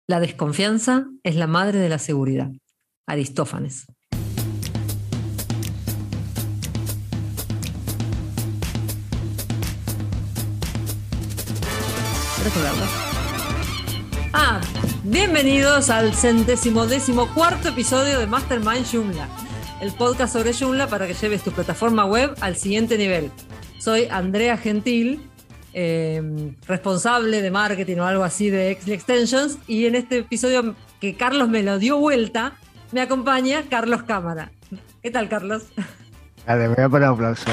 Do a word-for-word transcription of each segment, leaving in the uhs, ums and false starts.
La desconfianza es la madre de la seguridad. Aristófanes. Ah, bienvenidos al centésimo décimo cuarto episodio de Mastermind Joomla, el podcast sobre Joomla para que lleves tu plataforma web al siguiente nivel. Soy Andrea Gentil, eh, responsable de marketing o algo así de Exli Extensions, y en este episodio que Carlos me lo dio vuelta, me acompaña Carlos Cámara. ¿Qué tal, Carlos? Vale, me voy a poner un aplauso.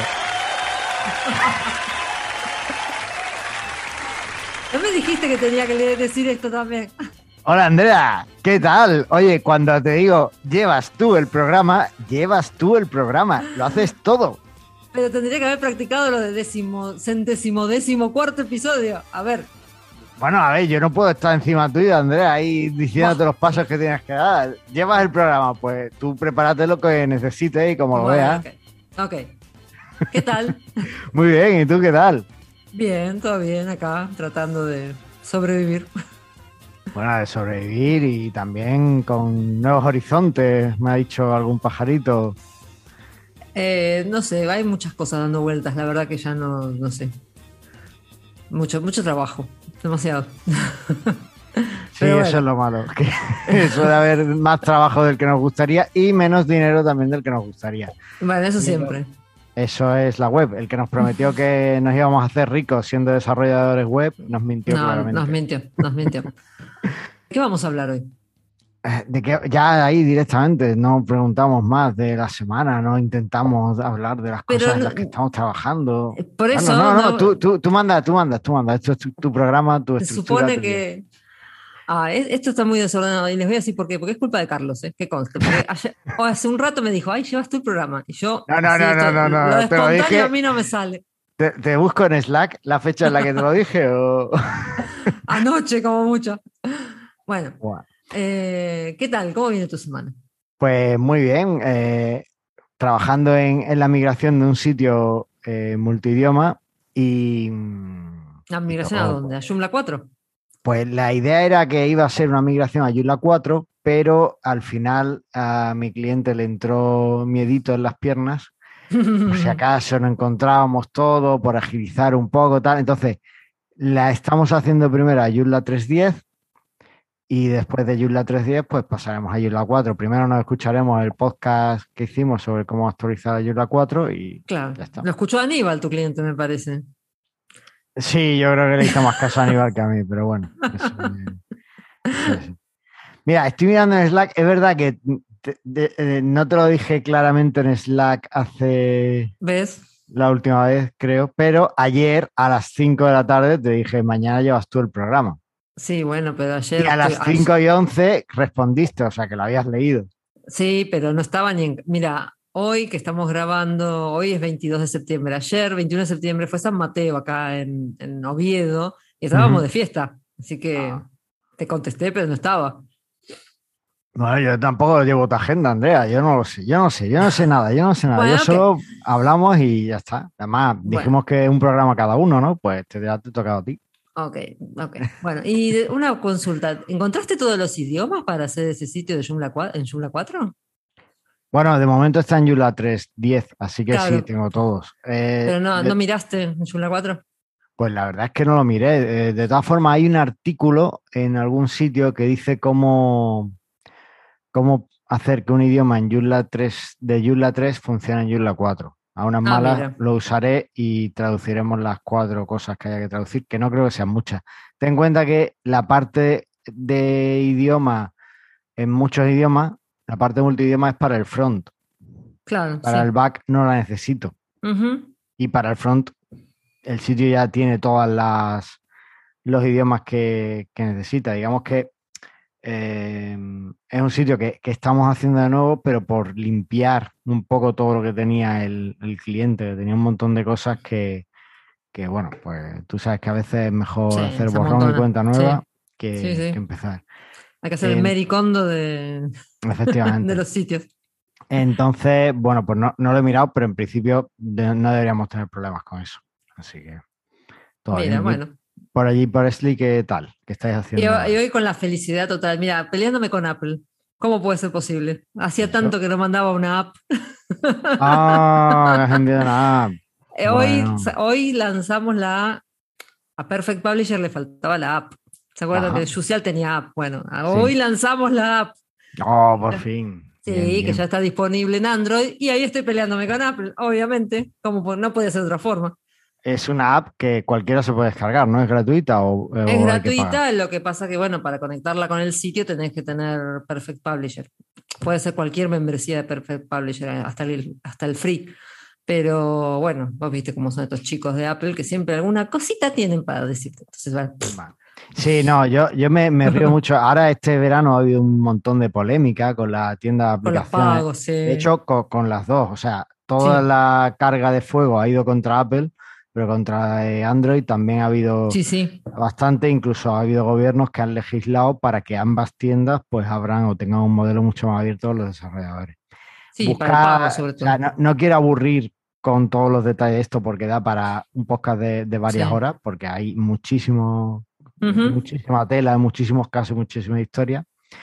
¿No me dijiste que tenía que decir esto también? Hola, Andrea, ¿qué tal? Oye, cuando te digo llevas tú el programa, llevas tú el programa, lo haces todo. Pero tendría que haber practicado lo de décimo, centésimo, décimo cuarto episodio. A ver. Bueno, a ver, yo no puedo estar encima tuyo, Andrea, ahí diciéndote wow. los pasos que tienes que dar. Llevas el programa, pues tú prepárate lo que necesites y como lo bueno, veas. Ok. okay. ¿Qué tal? Muy bien, ¿y tú qué tal? Bien, todo bien acá, tratando de sobrevivir. Bueno, de sobrevivir y también con nuevos horizontes, me ha dicho algún pajarito. Eh, no sé, hay muchas cosas dando vueltas, la verdad que ya no, no sé. Mucho, mucho trabajo, demasiado. Sí, bueno. Eso es lo malo, que suele haber más trabajo del que nos gustaría y menos dinero también del que nos gustaría. Bueno, eso siempre. Eso es la web. El que nos prometió que nos íbamos a hacer ricos siendo desarrolladores web, nos mintió no, claramente. Nos mintió, nos mintió. ¿Qué vamos a hablar hoy? De que ya ahí directamente no preguntamos más de la semana, no intentamos hablar de las Pero cosas no, en las que estamos trabajando. Por eso. Bueno, no, no, no, tú, tú, tú mandas, tú mandas, tú mandas. Esto es tu, tu programa, tu se estructura. Se supone que. Ah, esto está muy desordenado y les voy a decir por qué. Porque es culpa de Carlos, ¿eh? Que conste. Porque ayer, o hace un rato me dijo, ay, llevas tú el programa. Y yo. No, no, no, no, no, no. Lo de espontáneo te lo dije, a mí no me sale. Te, te busco en Slack la fecha en la que te lo dije o. Anoche, como mucho. Bueno. Wow. Eh, ¿Qué tal? ¿Cómo viene tu semana? Pues muy bien. Eh, trabajando en, en la migración de un sitio eh, multidioma y. ¿La migración y todo, a dónde? ¿A Joomla cuatro? Pues la idea era que iba a ser una migración a Joomla cuatro, pero al final a mi cliente le entró miedito en las piernas. Por si acaso no encontrábamos todo, por agilizar un poco, tal. Entonces, la estamos haciendo primero a Joomla tres punto diez y después de Joomla tres punto diez, pues pasaremos a Joomla cuatro. Primero nos escucharemos el podcast que hicimos sobre cómo actualizar a Joomla cuatro y claro. Ya está. Lo escuchó Aníbal, tu cliente, me parece. Sí, yo creo que le hizo más caso a Aníbal que a mí, pero bueno. Eso, sí, sí. Mira, estoy mirando en Slack, es verdad que te, de, de, no te lo dije claramente en Slack hace... ¿Ves? La última vez, creo, pero ayer a las cinco de la tarde te dije, mañana llevas tú el programa. Sí, bueno, pero ayer... Y a las cinco y once respondiste, o sea, que lo habías leído. Sí, pero no estaba ni en... Mira, hoy que estamos grabando, hoy es veintidós de septiembre, ayer, veintiuno de septiembre, fue San Mateo acá en, en Oviedo, y estábamos uh-huh. de fiesta, así que ah. te contesté, pero no estaba. Bueno, yo tampoco llevo tu agenda, Andrea, yo no lo sé, yo no sé, yo no sé nada, yo no sé nada, bueno, yo solo okay. hablamos y ya está. Además, bueno. dijimos que es un programa cada uno, ¿no? Pues te, ya te ha tocado a ti. Ok, ok. Bueno, y una consulta, ¿encontraste todos los idiomas para hacer ese sitio de Joomla cuatro, en Joomla cuatro? Bueno, de momento está en Joomla tres punto diez, así que claro. sí, tengo todos. Eh, Pero no, de... ¿no miraste en Joomla cuatro? Pues la verdad es que no lo miré. De todas formas, hay un artículo en algún sitio que dice cómo... cómo hacer que un idioma en Joomla tres, de Joomla tres funcione en Joomla cuatro. A unas ah, malas mira. Lo usaré y traduciremos las cuatro cosas que haya que traducir, que no creo que sean muchas. Ten en cuenta que la parte de idioma, en muchos idiomas, la parte multidioma es para el front. Claro. Para sí. el back no la necesito. Uh-huh. Y para el front, el sitio ya tiene todas las los idiomas que, que necesita. Digamos que Eh, es un sitio que, que estamos haciendo de nuevo, pero por limpiar un poco todo lo que tenía el, el cliente. Tenía un montón de cosas que, que, bueno, pues tú sabes que a veces es mejor sí, hacer borrón montona. y cuenta nueva sí. Que, sí, sí. que empezar. Hay que hacer eh, el mericondo de, efectivamente. de los sitios. Entonces, bueno, pues no, no lo he mirado, pero en principio de, no deberíamos tener problemas con eso. Así que... Mira, bien. bueno. por allí, por Esli, ¿qué tal? ¿Qué estáis Y, haciendo y ahora? hoy con la felicidad total, mira, peleándome con Apple. ¿Cómo puede ser posible? Hacía ¿Eso? tanto que no mandaba una app. Ah, me has enviado nada. Eh, Hoy, Bueno, hoy lanzamos la a Perfect Publisher le faltaba la app. ¿Se acuerdan que ajá, Juicial tenía app? Bueno, hoy sí. lanzamos la app. Oh, por fin. Bien, Sí, que ya bien. está disponible en Android y ahí estoy peleándome con Apple, obviamente, como por- no puede ser de otra forma. Es una app que cualquiera se puede descargar, ¿no? ¿Es gratuita o, Es o hay que pagar? gratuita, lo que pasa que, bueno, para conectarla con el sitio tenés que tener Perfect Publisher. Puede ser cualquier membresía de Perfect Publisher, hasta el, hasta el free. Pero bueno, vos viste cómo son estos chicos de Apple que siempre alguna cosita tienen para decirte. Entonces, bueno, Vale. Sí, no, yo, yo me, me río mucho. Ahora este verano ha habido un montón de polémica con la tienda de con los aplicaciones. pagos, De sí. hecho, co- con, las dos. O sea, toda Sí, la carga de fuego ha ido contra Apple, pero contra eh, Android también ha habido sí, sí. bastante. Incluso ha habido gobiernos que han legislado para que ambas tiendas pues abran o tengan un modelo mucho más abierto a los desarrolladores. Sí, para el pago Buscar, sobre o sea, todo. no, no quiero aburrir con todos los detalles de esto porque da para un podcast de, de varias Sí. horas, porque hay muchísimo, Ujú. muchísima tela, muchísimos casos, muchísima historia.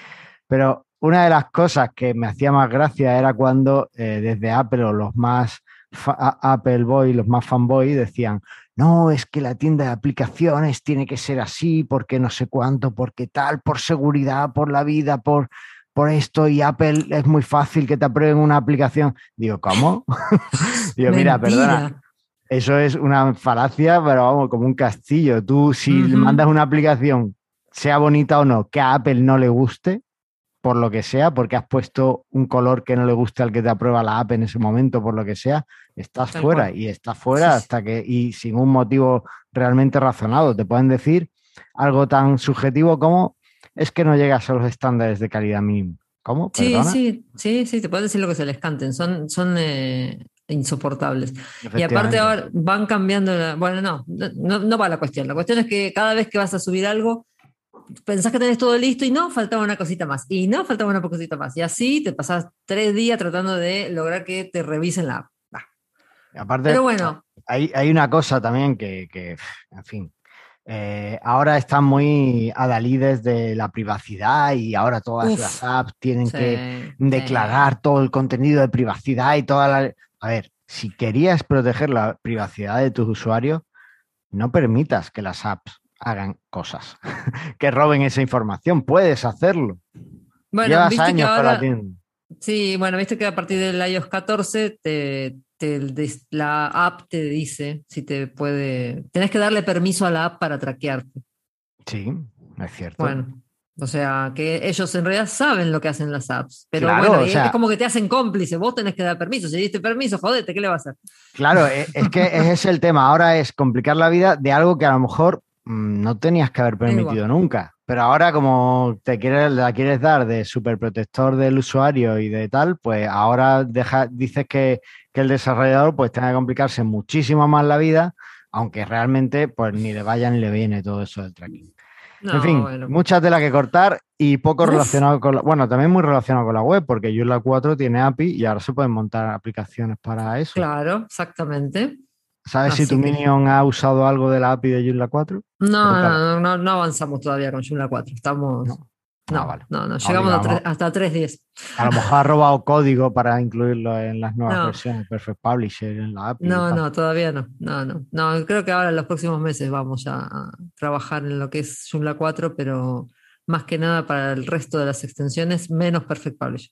Pero una de las cosas que me hacía más gracia era cuando eh, desde Apple o los más fa- a- Apple Boy, los más fanboy decían, no, es que la tienda de aplicaciones tiene que ser así, porque no sé cuánto, porque tal, por seguridad, por la vida, por, por esto, y Apple es muy fácil que te aprueben una aplicación. Digo, ¿cómo? Digo, mira, perdona, Mentira. eso es una falacia, pero vamos, como un castillo. Tú, si le Ujú. mandas una aplicación, sea bonita o no, que a Apple no le guste, por lo que sea, porque has puesto un color que no le guste al que te aprueba la app en ese momento, por lo que sea, estás Tal fuera cual. y estás Sí, fuera sí. hasta que, y sin un motivo realmente razonado. Te pueden decir algo tan subjetivo como es que no llegas a los estándares de calidad mínimo. ¿Cómo? Sí, ¿Perdona? sí, sí, sí, te pueden decir lo que se les canten, son, son eh, insoportables. Y aparte Efectivamente. ahora van cambiando, la- bueno, no, no, no va la cuestión. La cuestión es que cada vez que vas a subir algo, pensás que tenés todo listo y no, faltaba una cosita más, y no, faltaba una cosita más. Y así te pasás tres días tratando de lograr que te revisen la app. Bah. Pero Aparte, bueno, hay, hay una cosa también que, que, en fin, eh, ahora están muy adalides de la privacidad y ahora todas las uff, apps tienen sí, que sí. declarar todo el contenido de privacidad y toda la... A ver, si querías proteger la privacidad de tus usuarios, no permitas que las apps hagan cosas, que roben esa información. Puedes hacerlo. Bueno, Llevas viste que años con la ahora, tienda. sí, bueno, viste que a partir del iOS catorce te, te- des- la app te dice si te puede, tenés que darle permiso a la app para traquearte. Sí, es cierto. Bueno, o sea, que ellos en realidad saben lo que hacen las apps, pero Claro, bueno, o y es sea, como que te hacen cómplice, vos tenés que dar permiso, si diste permiso, jodete, ¿qué le va a hacer? claro, e- es que ese es el tema. Ahora es complicar la vida de algo que a lo mejor mm, no tenías que haber Ahí va. permitido nunca. Pero ahora, como te quieres, la quieres dar de superprotector del usuario y de tal, pues ahora deja, dices que, que el desarrollador pues tenga que complicarse muchísimo más la vida, aunque realmente pues ni le vaya ni le viene todo eso del tracking. En No, fin, bueno. mucha tela que cortar y poco Uf, relacionado con la, bueno, también muy relacionado con la web, porque Joomla cuatro tiene A P I y ahora se pueden montar aplicaciones para eso. claro, exactamente. ¿Sabes si tu Así que Minion ha usado algo de la A P I de Joomla cuatro? no, Cuéntalo. no, no, no avanzamos todavía con Joomla cuatro. Estamos, No. Ah, no, vale. no, no, No, digo, llegamos a a lo, tres- mejor hasta tres punto diez. a lo mejor ha robado código para incluirlo en las nuevas No, versiones, Perfect Publisher, en la A P I y no, tal. no, todavía no, no, no, no. Creo que ahora en los próximos meses vamos ya a trabajar en lo que es Joomla cuatro, pero más que nada para el resto de las extensiones, menos Perfect Publisher.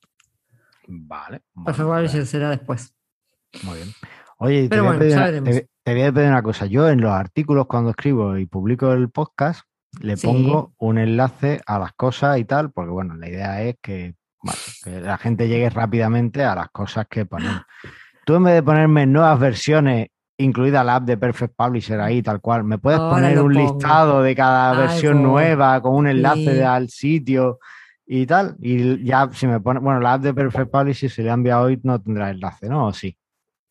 Vale, Perfect bueno, pues Publisher será después. muy bien. Oye, y te Pero voy a bueno, pedir ya una, veremos. te, te voy a pedir una cosa. Yo en los artículos cuando escribo y publico el podcast, le Sí, pongo un enlace a las cosas y tal, porque bueno, la idea es que, bueno, que la gente llegue rápidamente a las cosas que ponemos. Tú en vez de ponerme nuevas versiones, incluida la app de Perfect Publisher ahí, tal cual, ¿me puedes ahora poner lo un pongo. listado de cada Ahí versión voy. nueva con un enlace de- Sí, al sitio y tal? Y ya si me pone, bueno, la app de Perfect Publisher si le ha enviado hoy no tendrá enlace, ¿no? ¿O sí?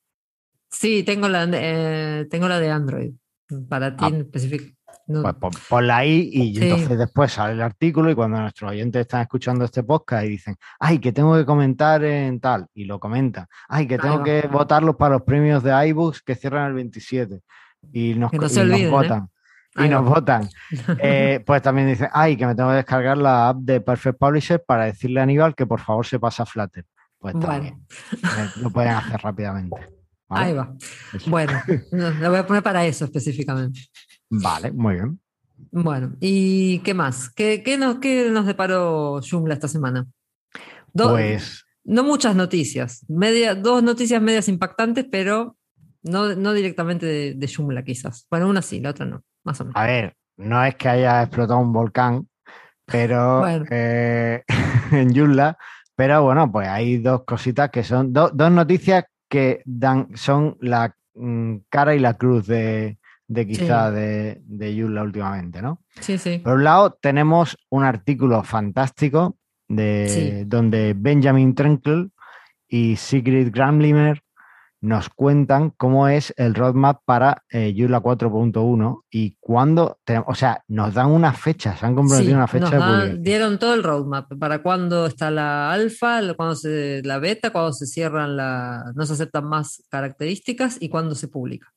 sí, tengo la, eh, tengo la de Android. Para ti Ah, en específico. pues No, pon- ponla ahí y sí, entonces después sale el artículo y cuando nuestros oyentes están escuchando este podcast y dicen, ay, que tengo que comentar en tal, y lo comentan, ay, que ahí tengo va. que votarlos para los premios de iBooks que cierran el veintisiete y nos, Que no se y nos olviden, ¿eh? votan. y Ahí nos va. votan. Eh, pues también dicen, ay, que me tengo que descargar la app de Perfect Publisher para decirle a Aníbal que por favor se pasa a Flutter. Pues también Bueno, eh, lo pueden hacer rápidamente. ¿Vale? ahí va. Eso. Bueno, no, la voy a poner para eso específicamente. Vale, muy bien. Bueno, ¿y qué más? ¿Qué, qué nos, qué nos deparó Joomla esta semana? Do- Pues, no muchas noticias, media, dos noticias medias impactantes, pero no, no directamente de, de Joomla quizás. Bueno, una sí, la otra no, más o menos. a ver, no es que haya explotado un volcán, pero Bueno, eh, en Joomla, pero bueno, pues hay dos cositas que son, do- dos noticias que dan, son la mm, cara y la cruz de, de quizá sí, de, de Joomla últimamente, ¿no? sí, sí, Por un lado, tenemos un artículo fantástico de sí. donde Benjamin Trenkle y Sigrid Gramlimer nos cuentan cómo es el roadmap para eh, Joomla cuatro punto uno y cuándo, tenemos, o sea, nos dan una fecha, se han comprometido Sí, una fecha nos de dan, publicación. dieron todo el roadmap para cuándo está la alfa, cuándo se, la beta, cuándo se cierran la, no se aceptan más características y cuándo se publica.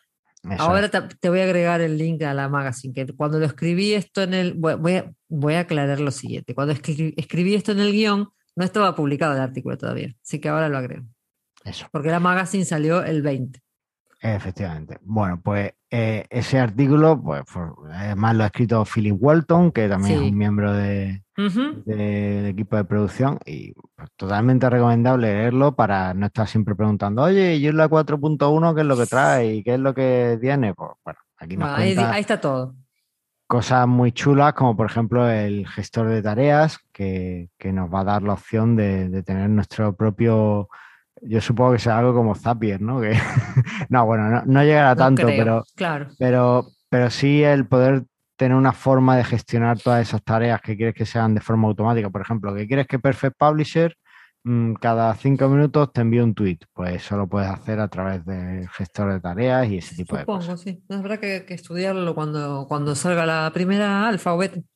Eso es, Ahora te, te voy a agregar el link a la magazine, que cuando lo escribí esto en el, voy, voy a, voy a aclarar lo siguiente, cuando escri- escribí esto en el guión, no estaba publicado el artículo todavía, así que ahora lo agrego, eso. porque la magazine salió el veinte. Efectivamente. Bueno, pues eh, ese artículo, pues for- además lo ha escrito Philip Walton, que también es un Sí. miembro de, Ujú. del equipo de producción y pues, totalmente recomendable leerlo para no estar siempre preguntando, oye, ¿y la cuatro punto uno qué es lo que trae y qué es lo que tiene? Pues bueno, aquí nos Bueno, ahí, cuenta ahí está todo. cosas muy chulas, como por ejemplo el gestor de tareas, que, que nos va a dar la opción de, de tener nuestro propio, yo supongo que sea algo como Zapier, ¿no? Que, no, bueno, no, no llegará No tanto, creo, pero, claro. pero, pero sí el poder tener una forma de gestionar todas esas tareas que quieres que sean de forma automática. Por ejemplo, que quieres que Perfect Publisher mm, cada cinco minutos te envíe un tweet. Pues eso lo puedes hacer a través del gestor de tareas y ese tipo de cosas. Supongo, sí. Habrá que, que estudiarlo cuando, cuando salga la primera alfa o beta.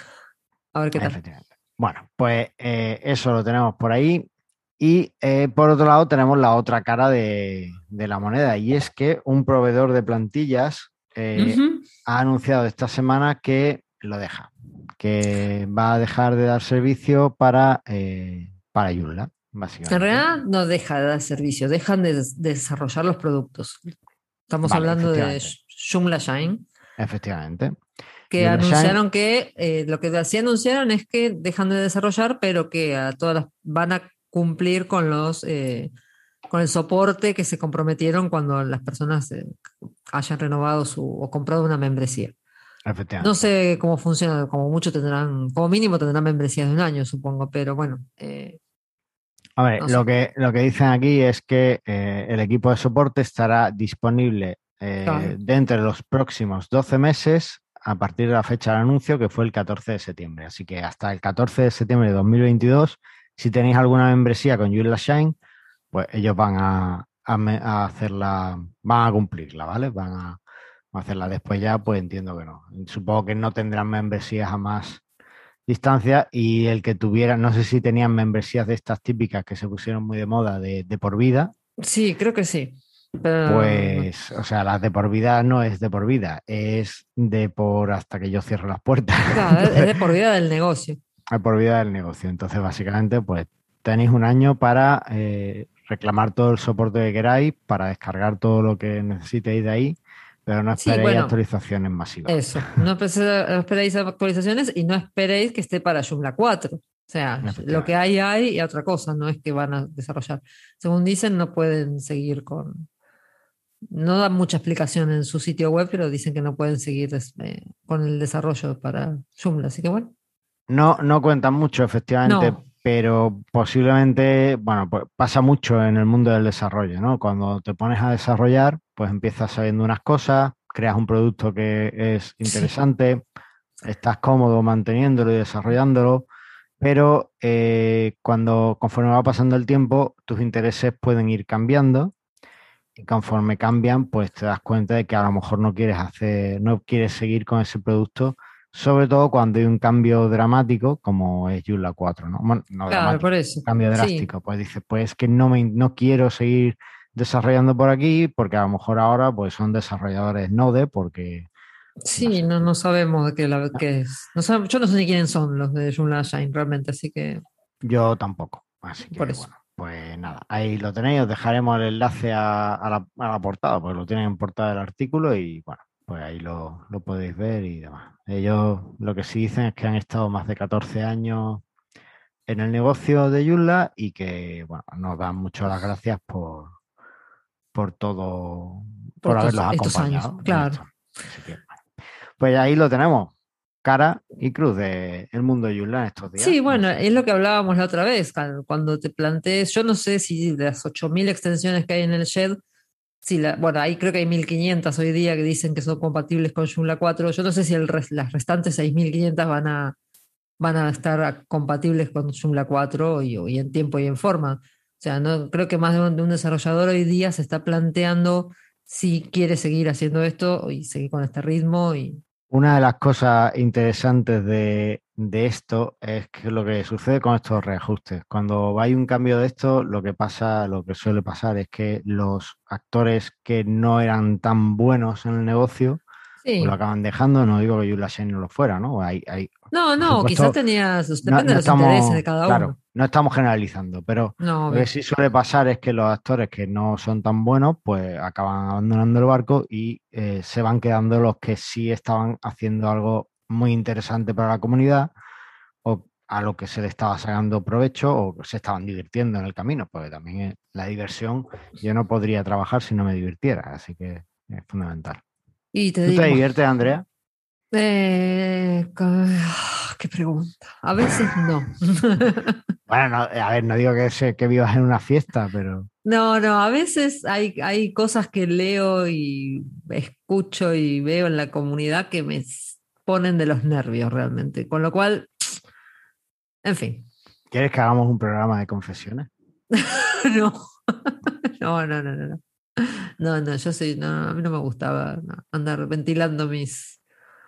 A ver qué tal. Efectivamente. Bueno, pues eh, eso lo tenemos por ahí. Y eh, por otro lado tenemos la otra cara de, de la moneda y es que un proveedor de plantillas eh, Ujú. ha anunciado esta semana que lo deja, que va a dejar de dar servicio para, eh, para Joomla, En básicamente. realidad no deja de dar servicio, dejan de, des- de desarrollar los productos. Estamos Vale, hablando de efectivamente, Sh- Joomla Shine, efectivamente. que Joomla Shine, anunciaron que eh, lo que sí anunciaron es que dejan de desarrollar, pero que a todas las, van a cumplir con los eh, con el soporte que se comprometieron cuando las personas eh, hayan renovado su o comprado una membresía. No efectivamente. sé cómo funciona, como mucho tendrán, como mínimo tendrán membresías de un año, supongo, pero bueno, eh, A ver, no lo sé. que, lo que dicen aquí es que eh, el equipo de soporte estará disponible eh, Claro. dentro de los próximos doce meses a partir de la fecha del anuncio, que fue el catorce de septiembre. Así que hasta el catorce de septiembre de dos mil veintidós, si tenéis alguna membresía con Joomla Shine, pues ellos van a, a me- a hacerla, van a cumplirla, ¿vale? Van a, a hacerla después ya, pues entiendo que no. Supongo que no tendrán membresías a más distancia y el que tuviera, no sé si tenían membresías de estas típicas que se pusieron muy de moda de, de por vida, Sí, creo que sí. Pero no. pues, o sea, las de por vida no es de por vida, es de por hasta que yo cierre las puertas. Claro, es Entonces, de por vida del negocio. de por vida del negocio. Entonces, básicamente, pues tenéis un año para eh, reclamar todo el soporte que queráis, para descargar todo lo que necesitéis de ahí, pero no Sí, esperéis bueno, actualizaciones masivas. eso. No espece- no esperéis actualizaciones y no esperéis que esté para Joomla cuatro. O sea, lo que Efectivamente. hay, hay y otra cosa, no es que van a desarrollar. Según dicen, no pueden seguir con. No dan mucha explicación en su sitio web, pero dicen que no pueden seguir des- eh, con el desarrollo para Joomla. Así que bueno, No, no cuentan mucho, efectivamente, no. pero posiblemente, bueno, pues pasa mucho en el mundo del desarrollo, ¿no? Cuando te pones a desarrollar, pues empiezas sabiendo unas cosas, creas un producto que es Sí, interesante, estás cómodo manteniéndolo y desarrollándolo, pero eh, cuando, conforme va pasando el tiempo, tus intereses pueden ir cambiando y conforme cambian, pues te das cuenta de que a lo mejor no quieres hacer, no quieres seguir con ese producto, sobre todo cuando hay un cambio dramático, como es Joomla cuatro, ¿no? Bueno, no claro, dramático, por eso. cambio Sí, drástico. Pues dices, pues es que no me, no quiero seguir desarrollando por aquí, porque a lo mejor ahora pues son desarrolladores Node, porque, Sí, No sé. no, no sabemos de qué, la, qué es. No sabemos, yo no sé ni quiénes son los de Joomla Shine realmente, así que Yo tampoco. Así por que eso. bueno, pues nada, ahí lo tenéis. Os dejaremos el enlace a, a la, a la portada, pues lo tienen en portada del artículo y bueno, pues ahí lo, lo podéis ver y demás. Ellos lo que sí dicen es que han estado más de catorce años en el negocio de Joomla y que bueno, nos dan muchas las gracias por, por todo, Por por estos, haberlos estos años, acompañado en claro. esto. Así que bueno, pues ahí lo tenemos. Cara y cruz del mundo de Joomla en estos días. Sí, bueno, Así es que lo que hablábamos la otra vez, cuando cuando te plantees, yo no sé si de las ocho mil extensiones que hay en el Shed, si la, bueno, ahí creo que hay mil quinientas hoy día que dicen que son compatibles con Joomla cuatro. Yo no sé si el res- las restantes seis mil quinientas van a, van a estar a- compatibles con Joomla cuatro y, y en tiempo y en forma. O sea, no creo que más de un, de un desarrollador hoy día se está planteando si quiere seguir haciendo esto y seguir con este ritmo y una de las cosas interesantes de, de esto es que lo que sucede con estos reajustes. Cuando hay un cambio de esto, lo que pasa, lo que suele pasar es que los actores que no eran tan buenos en el negocio, pues lo sí. acaban dejando. No digo que Joomla Shine no lo fuera, ¿no? Hay, hay, No, por no, quizás supuesto, tenías, no, depende no de los intereses de estamos, cada claro, uno. no estamos generalizando, pero No, lo que obvio. sí suele pasar es que los actores que no son tan buenos, pues acaban abandonando el barco y eh, se van quedando los que sí estaban haciendo algo muy interesante para la comunidad o a lo que se le estaba sacando provecho o se estaban divirtiendo en el camino, porque también es la diversión, yo no podría trabajar si no me divirtiera, así que es fundamental. Y te ¿Tú te digo, bueno, diviertes, Andrea? eh, co- ah, qué pregunta. A veces no. Bueno, no, a ver, no digo que, se, que vivas en una fiesta, pero... No, no, a veces hay, hay cosas que leo y escucho y veo en la comunidad que me s- ponen de los nervios realmente. Con lo cual, en fin, ¿Quieres que hagamos un programa de confesiones? no, no, no, no, no. No, no, no, yo soy, no, a mí no me gustaba no, andar ventilando mis.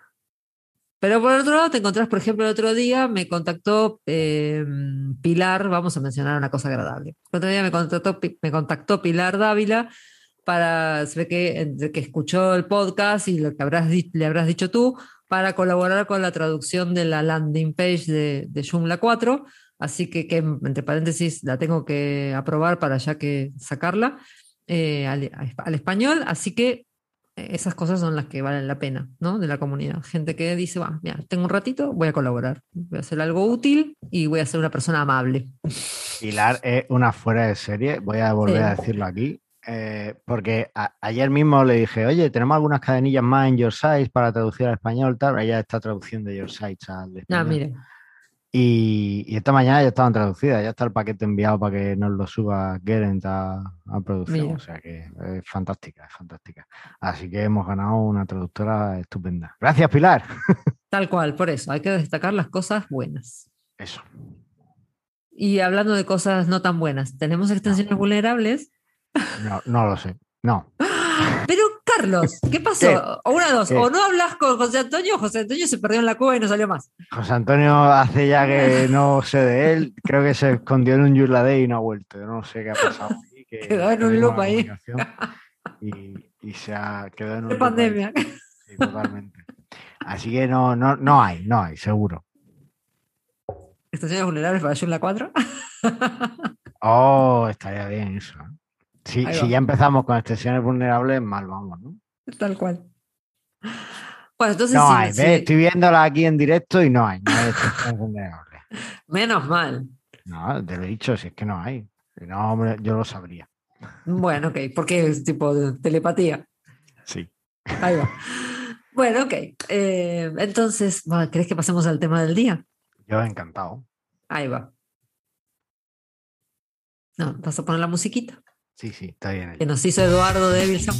Pero por otro lado, te encontrás, por ejemplo, el otro día me contactó eh, Pilar, vamos a mencionar una cosa agradable. El otro día me contactó, Pi- me contactó Pilar Dávila para, se ve que, entre que escuchó el podcast y lo que habrás di- le habrás dicho tú, para colaborar con la traducción de la landing page de, de Joomla cuatro. Así que, que, entre paréntesis, la tengo que aprobar para ya que sacarla eh, al, al español. Así que esas cosas son las que valen la pena, ¿no? De la comunidad. Gente que dice, va, mira, tengo un ratito, voy a colaborar, voy a hacer algo útil y voy a ser una persona amable. Pilar es una fuera de serie, voy a volver a Sí. decirlo aquí, eh, porque a- ayer mismo le dije, oye, tenemos algunas cadenillas más en Your Sites para traducir al español, tal, ella está traduciendo Your Sites al Ah, español. mire, Y, y esta mañana ya estaban traducidas, ya está el paquete enviado para que nos lo suba Gerent a, a producción, o mira, sea que es fantástica, es fantástica. Así que hemos ganado una traductora estupenda. Gracias, Pilar. tal cual, por eso, hay que destacar las cosas buenas. Eso, Y hablando de cosas no tan buenas, ¿tenemos no, extensiones vulnerables? no, no lo sé, no. Pero, Carlos, ¿qué ¿Qué? pasó? O una de dos, o ¿Qué? no hablas con José Antonio, o José Antonio se perdió en la cueva y no salió más. José Antonio hace ya que no sé de él, creo que se escondió en un Joomla Day y no ha vuelto. Yo no sé qué ha pasado ahí, que Quedó en un perdimos loop la ahí comunicación y, y se ha quedado en de un loop ahí. pandemia. Sí, totalmente. Así que no, no, no hay, no hay, seguro. ¿Extensiones vulnerables para Joomla cuatro? Oh, estaría bien eso, ¿eh? Si, Ahí si va, ya empezamos con extensiones vulnerables, mal vamos, ¿no? tal cual. Bueno, entonces No sí, hay, ¿ves? sí, Estoy viéndola aquí en directo y no hay, no hay extensiones vulnerables. menos mal. No, te lo he dicho, si es que no hay. Si no, hombre, yo lo sabría. Bueno, ok, porque es tipo de telepatía. Sí. Ahí va. Bueno, ok. Eh, entonces, bueno, ¿crees que pasemos al tema del día? Yo encantado. Ahí va. No, vas a poner la musiquita Sí, sí, está bien que ello. nos hizo Eduardo de Evilson.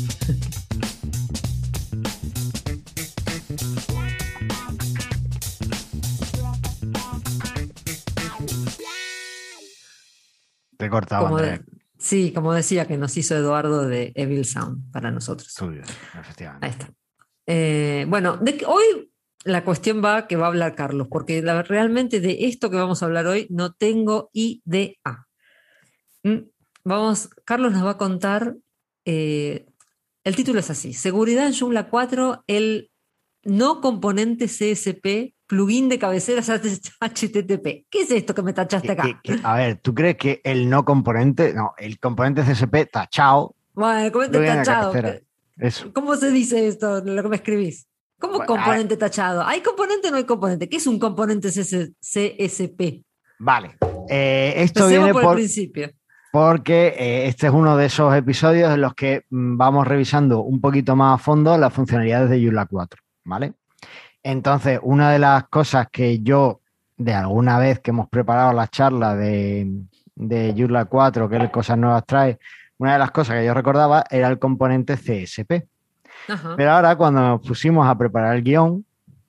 Te he cortado, Como Andrés. de- sí, como decía, que nos hizo Eduardo de Evil Sound para nosotros. Tuyo, Ahí efectivamente. está. Eh, bueno, de que hoy la cuestión va que va a hablar Carlos, porque la- realmente de esto que vamos a hablar hoy no tengo idea. Mm, Vamos, Carlos nos va a contar, eh, el título es así, Seguridad en Joomla cuatro, el no componente C S P, plugin de cabeceras H T T P. ¿Qué es esto que me tachaste acá? Que, que, que, a ver, ¿tú crees que el no componente, no, el componente C S P tachado? Bueno, el componente tachado. Eso. ¿Cómo se dice esto, lo que me escribís? ¿Cómo bueno, componente tachado? ¿Hay componente o no hay componente? ¿Qué es un componente C S P? Vale. Eh, esto Empecemos viene por, por el principio. Porque eh, este es uno de esos episodios en los que mm, vamos revisando un poquito más a fondo las funcionalidades de Joomla cuatro, ¿vale? Entonces, una de las cosas que yo, de alguna vez que hemos preparado la charla de, de Joomla cuatro, que cosas nuevas trae, una de las cosas que yo recordaba era el componente C S P. Ajá. Pero ahora, cuando nos pusimos a preparar el guión,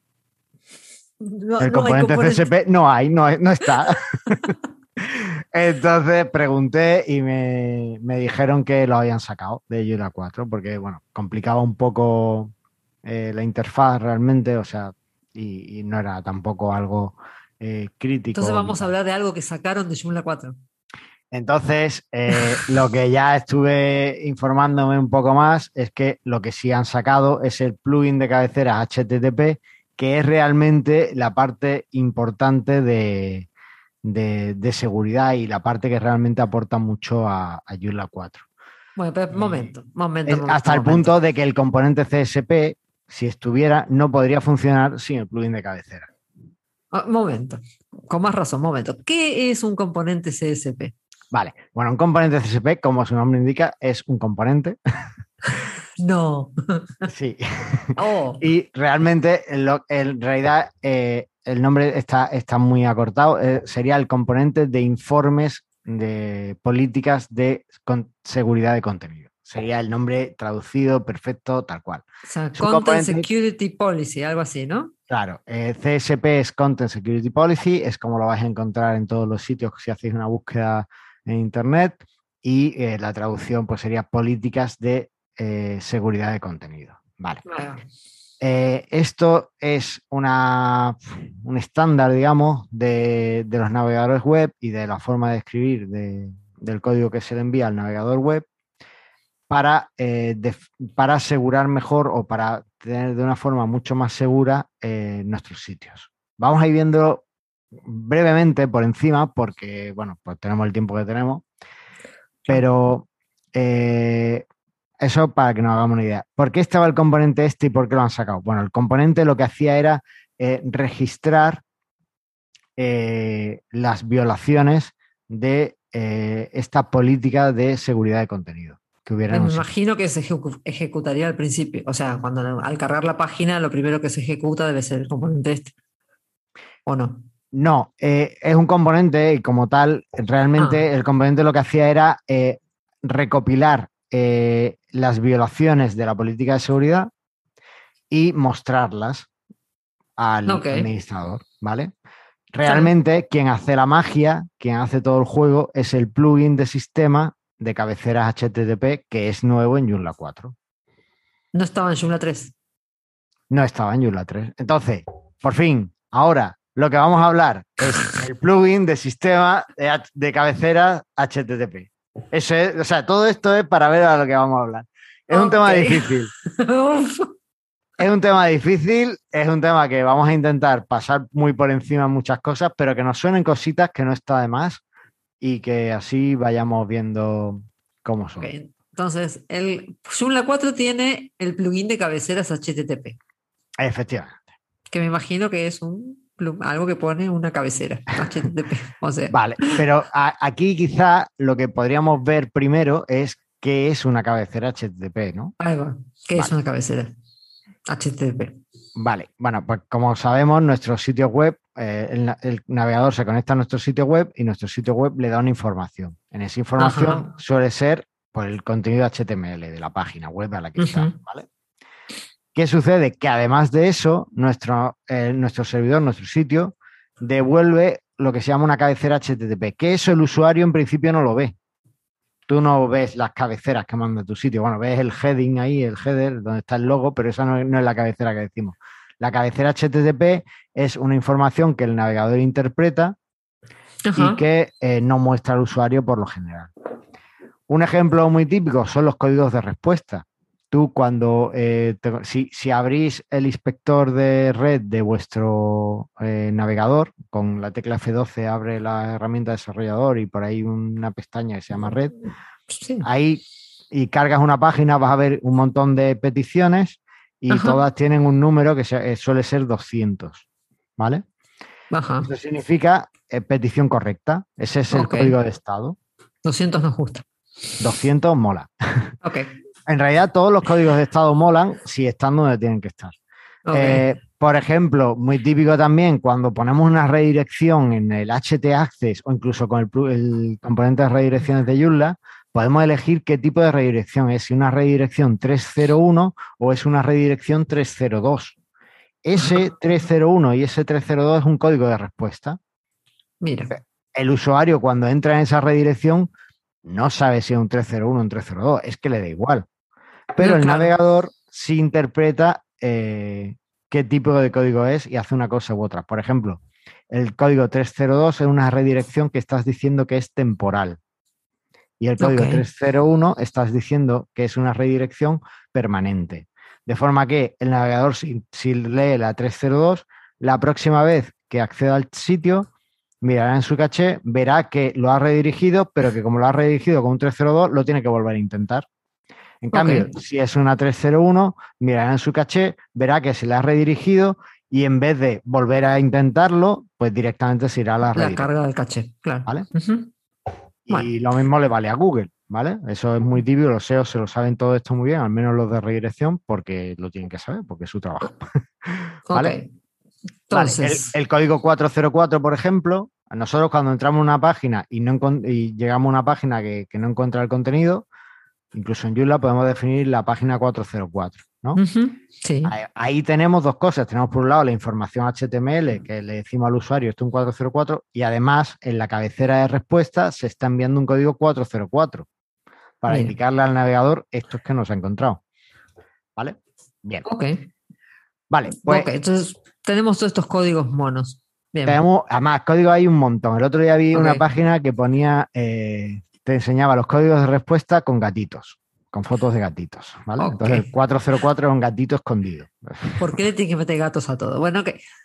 no, el no componente, componente C S P no hay, no, no está. Entonces pregunté y me, me dijeron que lo habían sacado de Joomla cuatro porque, bueno, complicaba un poco eh, la interfaz realmente, o sea, y, y no era tampoco algo eh, crítico. Entonces vamos a hablar de algo que sacaron de Joomla cuatro. Entonces, eh, lo que ya estuve informándome un poco más es que lo que sí han sacado es el plugin de cabecera H T T P, que es realmente la parte importante de... De, de seguridad y la parte que realmente aporta mucho a, a Joomla cuatro. Bueno, pero momento, momento, es, momento hasta momento. el punto de que el componente C S P, si estuviera, no podría funcionar sin el plugin de cabecera. Un momento, con más razón, momento. ¿Qué es un componente C S P? Vale, bueno, un componente C S P, como su nombre indica, es un componente. No. Sí. Oh. Y realmente, lo, en realidad, eh, el nombre está, está muy acortado. Eh, sería el componente de informes de políticas de con, seguridad de contenido. Sería el nombre traducido perfecto, tal cual. O sea, Content Security Policy, algo así, ¿no? Claro, eh, C S P es Content Security Policy, es como lo vais a encontrar en todos los sitios si hacéis una búsqueda en Internet, y eh, la traducción pues sería políticas de eh, seguridad de contenido. Vale. Bueno. Eh, esto es una, un estándar, digamos, de, de los navegadores web y de la forma de escribir de, del código que se le envía al navegador web para, eh, de, para asegurar mejor o para tener de una forma mucho más segura eh, nuestros sitios. Vamos a ir viendo brevemente por encima porque, bueno, pues tenemos el tiempo que tenemos, pero... Eh, Eso para que nos hagamos una idea. ¿Por qué estaba el componente este y por qué lo han sacado? Bueno, el componente lo que hacía era eh, registrar eh, las violaciones de eh, esta política de seguridad de contenido que hubiera. Me imagino que se ejecu ejecutaría al principio. O sea, cuando al cargar la página, lo primero que se ejecuta debe ser el componente este. ¿O no? No, eh, es un componente y como tal, realmente ah. el componente lo que hacía era eh, recopilar Eh, las violaciones de la política de seguridad y mostrarlas al okay. administrador, ¿vale? Realmente sí. Quien hace la magia, quien hace todo el juego es el plugin de sistema de cabeceras H T T P que es nuevo en Joomla cuatro. ¿No estaba en Joomla tres? No estaba en Joomla tres. Entonces, por fin, ahora lo que vamos a hablar es el plugin de sistema de, de cabeceras H T T P. Eso es, o sea, todo esto es para ver a lo que vamos a hablar. Es okay. un tema difícil. Es un tema difícil, es un tema que vamos a intentar pasar muy por encima muchas cosas, pero que nos suenen cositas que no está de más y que así vayamos viendo cómo son. Okay. Entonces, el Joomla cuatro tiene el plugin de cabeceras H T T P. Efectivamente. Que me imagino que es un algo que pone una cabecera H T T P. O sea. Vale, pero a, aquí quizá lo que podríamos ver primero es qué es una cabecera H T T P, ¿no? Ahí va. ¿Qué vale. es una cabecera H T T P? Vale, bueno, pues como sabemos, nuestro sitio web, eh, el, el navegador se conecta a nuestro sitio web y nuestro sitio web le da una información. En esa información Ajá. suele ser pues, el contenido H T M L de la página web a la que uh-huh. está, ¿vale? ¿Qué sucede? Que además de eso, nuestro, eh, nuestro servidor, nuestro sitio, devuelve lo que se llama una cabecera H T T P, que eso el usuario en principio no lo ve. Tú no ves las cabeceras que manda tu sitio. Bueno, ves el heading ahí, el header, donde está el logo, pero esa no es, no es la cabecera que decimos. La cabecera H T T P es una información que el navegador interpreta uh-huh. y que eh, no muestra al usuario por lo general. Un ejemplo muy típico son los códigos de respuesta. tú cuando, eh, te- si, si abrís el inspector de red de vuestro eh, navegador, con la tecla F doce abre la herramienta desarrollador y por ahí una pestaña que se llama red, Sí. ahí y cargas una página vas a ver un montón de peticiones y Ajá. todas tienen un número que se- eh, suele ser doscientos, ¿vale? Ajá. Eso significa eh, petición correcta. Ese es el Ok. código de estado. doscientos nos gusta. doscientos mola. Ok. En realidad todos los códigos de estado molan si están donde tienen que estar. Ok. Eh, por ejemplo, muy típico también, cuando ponemos una redirección en el htaccess o incluso con el, el componente de redirecciones de Joomla, podemos elegir qué tipo de redirección es, si una redirección trescientos uno o es una redirección trescientos dos. Ese trescientos uno y ese trescientos dos es un código de respuesta. Mira. El usuario cuando entra en esa redirección no sabe si es un trescientos uno o un trescientos dos, es que le da igual. Pero No, el claro. navegador sí interpreta eh, qué tipo de código es y hace una cosa u otra. Por ejemplo, el código trescientos dos es una redirección que estás diciendo que es temporal. Y el código Ok. trescientos uno estás diciendo que es una redirección permanente. De forma que el navegador, si, si lee la trescientos dos, la próxima vez que acceda al sitio, mirará en su caché, verá que lo ha redirigido, pero que como lo ha redirigido con un trescientos dos, lo tiene que volver a intentar. En Ok. cambio, si es una trescientos uno, mirará en su caché, verá que se le ha redirigido y en vez de volver a intentarlo, pues directamente se irá a la La redirección, carga del caché, claro. ¿vale? Ujú. Bueno. Y lo mismo le vale a Google, ¿vale? Eso es muy típico, los S E O se lo saben todo esto muy bien, al menos los de redirección, porque lo tienen que saber, porque es su trabajo, Ok. ¿vale? Vale, el, Entonces. el código cuatrocientos cuatro, por ejemplo, nosotros cuando entramos en una página y, no encon- y llegamos a una página que, que no encuentra el contenido, incluso en Joomla podemos definir la página cuatrocientos cuatro, ¿no? Ujú. Sí. Ahí, ahí tenemos dos cosas. Tenemos por un lado la información H T M L que le decimos al usuario, esto es un cuatrocientos cuatro, y además en la cabecera de respuesta se está enviando un código cuatrocientos cuatro para Mira. indicarle al navegador esto es que nos ha encontrado. ¿Vale? Bien. Ok. Vale, pues Ok. Entonces tenemos todos estos códigos monos. Bien. tenemos, además, código hay un montón. El otro día vi una Ok. página que ponía, eh, te enseñaba los códigos de respuesta con gatitos, con fotos de gatitos, ¿vale? Ok. Entonces el cuatrocientos cuatro es un gatito escondido. ¿Por qué le tiene que meter gatos a todo? Bueno, ok.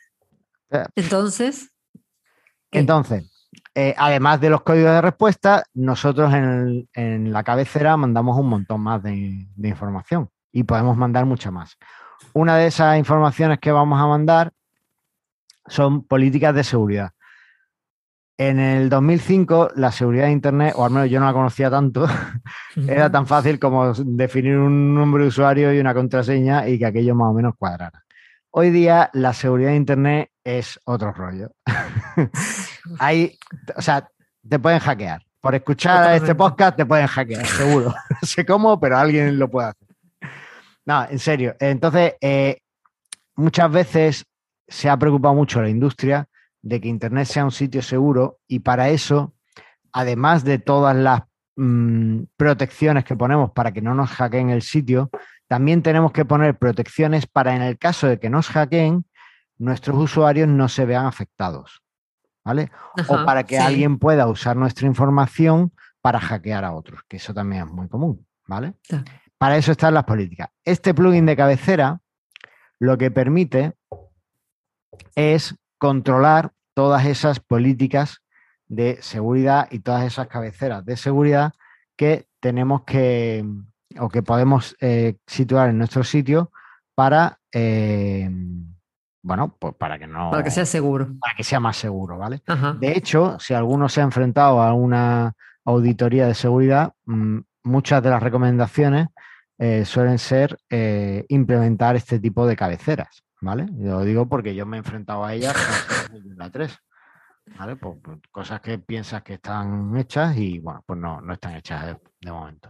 Eh, Entonces, ¿qué? Entonces, eh, además de los códigos de respuesta, nosotros en, el- en la cabecera mandamos un montón más de, de información y podemos mandar mucha más. Una de esas informaciones que vamos a mandar son políticas de seguridad. En el dos mil cinco, la seguridad de Internet, o al menos yo no la conocía tanto, era tan fácil como definir un nombre de usuario y una contraseña y que aquello más o menos cuadrara. Hoy día la seguridad de Internet es otro rollo. Hay, o sea, te pueden hackear. Por escuchar este Totalmente. podcast te pueden hackear, seguro. No sé cómo, pero alguien lo puede hacer. No, en serio. Entonces, eh, muchas veces se ha preocupado mucho la industria de que Internet sea un sitio seguro y para eso, además de todas las mmm, protecciones que ponemos para que no nos hackeen el sitio, también tenemos que poner protecciones para en el caso de que nos hackeen, nuestros usuarios no se vean afectados, ¿vale? O Ajá, para que sí. alguien pueda usar nuestra información para hackear a otros, que eso también es muy común, ¿vale? Ya. Para eso están las políticas. Este plugin de cabecera lo que permite es controlar todas esas políticas de seguridad y todas esas cabeceras de seguridad que tenemos que o que podemos eh, situar en nuestro sitio para eh, bueno, pues para que Para que no sea seguro. para que sea más seguro, ¿vale? Ajá. De hecho, si alguno se ha enfrentado a una auditoría de seguridad, mmm, muchas de las recomendaciones eh, suelen ser eh, implementar este tipo de cabeceras, ¿vale? Yo lo digo porque yo me he enfrentado a ellas en la tres, ¿vale? Pues, pues, cosas que piensas que están hechas y, bueno, pues no, no están hechas de, de momento.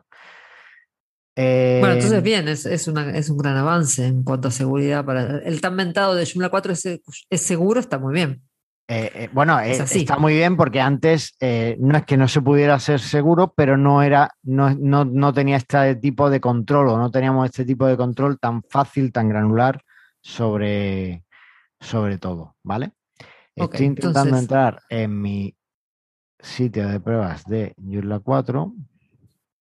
Bueno, Eh, entonces bien, es, es, una, es un gran avance en cuanto a seguridad. Para el tan mentado de Joomla cuatro es, es seguro, está muy bien. Eh, eh, bueno, Es eh, está así. muy bien porque antes eh, no es que no se pudiera ser seguro, pero no era, no, no, no tenía este tipo de control o no teníamos este tipo de control tan fácil, tan granular sobre, sobre todo, ¿vale? Ok, Estoy intentando entonces, entrar en mi sitio de pruebas de Joomla cuatro.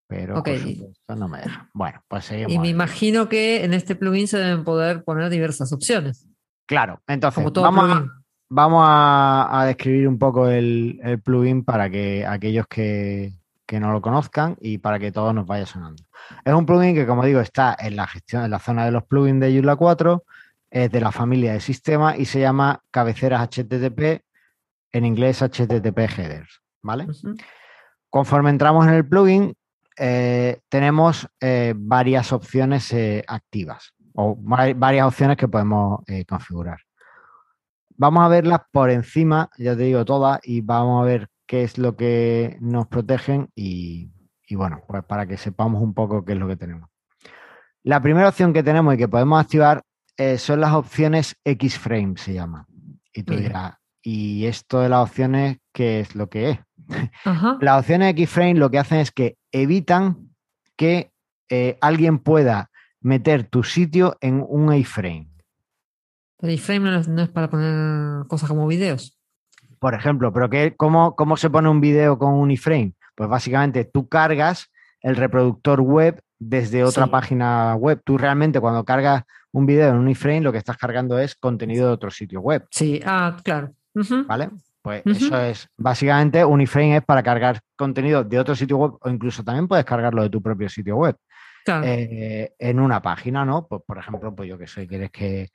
pero Ok. por supuesto no me deja. Bueno, pues seguimos. Y me a ver. imagino que en este plugin se deben poder poner diversas opciones, Claro, entonces como todo vamos a, plugin. vamos a, a describir un poco el, el plugin para que aquellos que, que no lo conozcan y para que todo nos vaya sonando. Es un plugin que, como digo, está en la gestión, en la zona de los plugins de Joomla cuatro, es de la familia de sistemas y se llama cabeceras H T T P, en inglés H T T P headers, ¿vale? Ujú. Conforme entramos en el plugin, eh, tenemos eh, varias opciones eh, activas o va- varias opciones que podemos eh, configurar. Vamos a verlas por encima, ya te digo todas, y vamos a ver qué es lo que nos protegen y, y bueno, pues para que sepamos un poco qué es lo que tenemos. La primera opción que tenemos y que podemos activar eh, son las opciones X-Frame, se llama. Y tú Mira. dirás, ¿y esto de las opciones qué es lo que es? Ajá. Las opciones X-Frame lo que hacen es que evitan que eh, alguien pueda meter tu sitio en un A-frame. Pero iframe no es, no es para poner cosas como videos. Por ejemplo, ¿pero qué, cómo, cómo se pone un video con un iframe? Pues básicamente tú cargas el reproductor web desde otra Sí. página web. Tú realmente cuando cargas un video en un iframe lo que estás cargando es contenido de otro sitio web, Sí. Ah, claro. Ujú, ¿vale? Pues eso ujú. es, básicamente un iframe es para cargar contenido de otro sitio web o incluso también puedes cargarlo de tu propio sitio web. Claro. Eh, en una página, ¿no? Pues, por ejemplo, pues yo que sé, quieres que,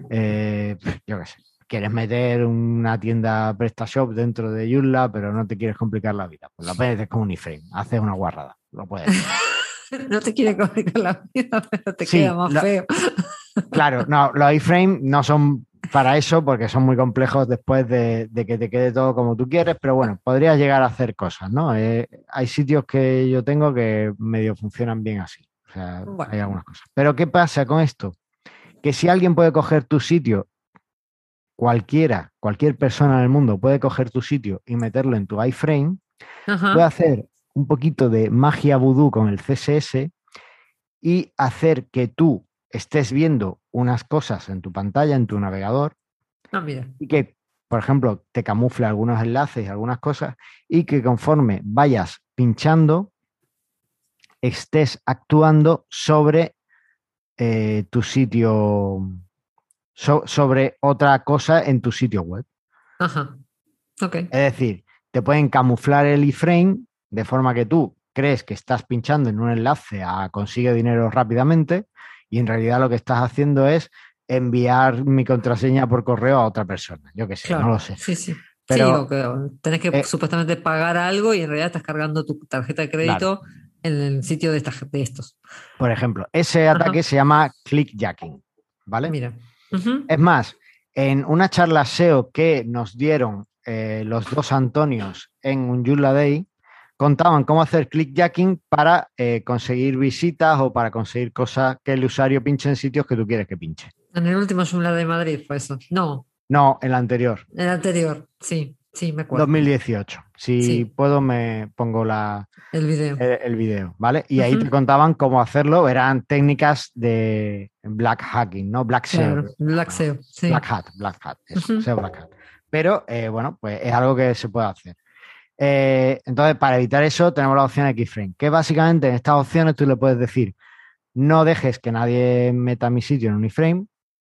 eh, yo qué sé, quieres meter una tienda PrestaShop dentro de Joomla, pero no te quieres complicar la vida. Pues lo metes con un iframe, haces una guarrada, lo puedes hacer. No te quiere complicar la vida, pero te queda Sí, más lo- feo. claro, no, los iframe no son para eso porque son muy complejos después de, de que te quede todo como tú quieres, pero bueno, podrías llegar a hacer cosas, ¿no? Eh, hay sitios que yo tengo que medio funcionan bien así. O sea, hay Bueno. algunas cosas. Pero ¿qué pasa con esto? Que si alguien puede coger tu sitio, cualquiera, cualquier persona en el mundo puede coger tu sitio y meterlo en tu iframe, puede Ajá. hacer un poquito de magia vudú con el C S S y hacer que tú estés viendo unas cosas en tu pantalla, en tu navegador, Ah, mira. y que, por ejemplo, te camufle algunos enlaces y algunas cosas, y que conforme vayas pinchando, estés actuando sobre eh, tu sitio, so- sobre otra cosa en tu sitio web. Ajá. Ok. Es decir, te pueden camuflar el iframe de forma que tú crees que estás pinchando en un enlace a consigue dinero rápidamente y en realidad lo que estás haciendo es enviar mi contraseña por correo a otra persona. Yo qué sé, no lo Claro. sé. Sí, sí. Sí, o Pero, que tenés que eh, supuestamente pagar algo y en realidad estás cargando tu tarjeta de claro, crédito en el sitio de, esta, de estos. por ejemplo, ese ataque Ajá. se llama clickjacking, ¿vale? Mira. Ujú. Es más, en una charla S E O que nos dieron eh, los dos Antonios en un Joomla Day, contaban cómo hacer clickjacking para eh, conseguir visitas o para conseguir cosas que el usuario pinche en sitios que tú quieres que pinche. En el último Joomla de Madrid fue eso. No, No, el anterior, el anterior. Sí, sí, me acuerdo. dos mil dieciocho. Si Sí, puedo, me pongo la, el video. el, el video, ¿vale? Y ahí te Ujú. contaban cómo hacerlo. Eran técnicas de black hacking, ¿no? Black S E O, Claro, creo que se llama Black mejor. S E O. Black Sí. Hat, Black Hat, eso, Ujú. S E O Black Hat. Pero, eh, bueno, pues es algo que se puede hacer. Eh, entonces, para evitar eso, tenemos la opción X-Frame, que básicamente en estas opciones tú le puedes decir, no dejes que nadie meta mi sitio en un iframe,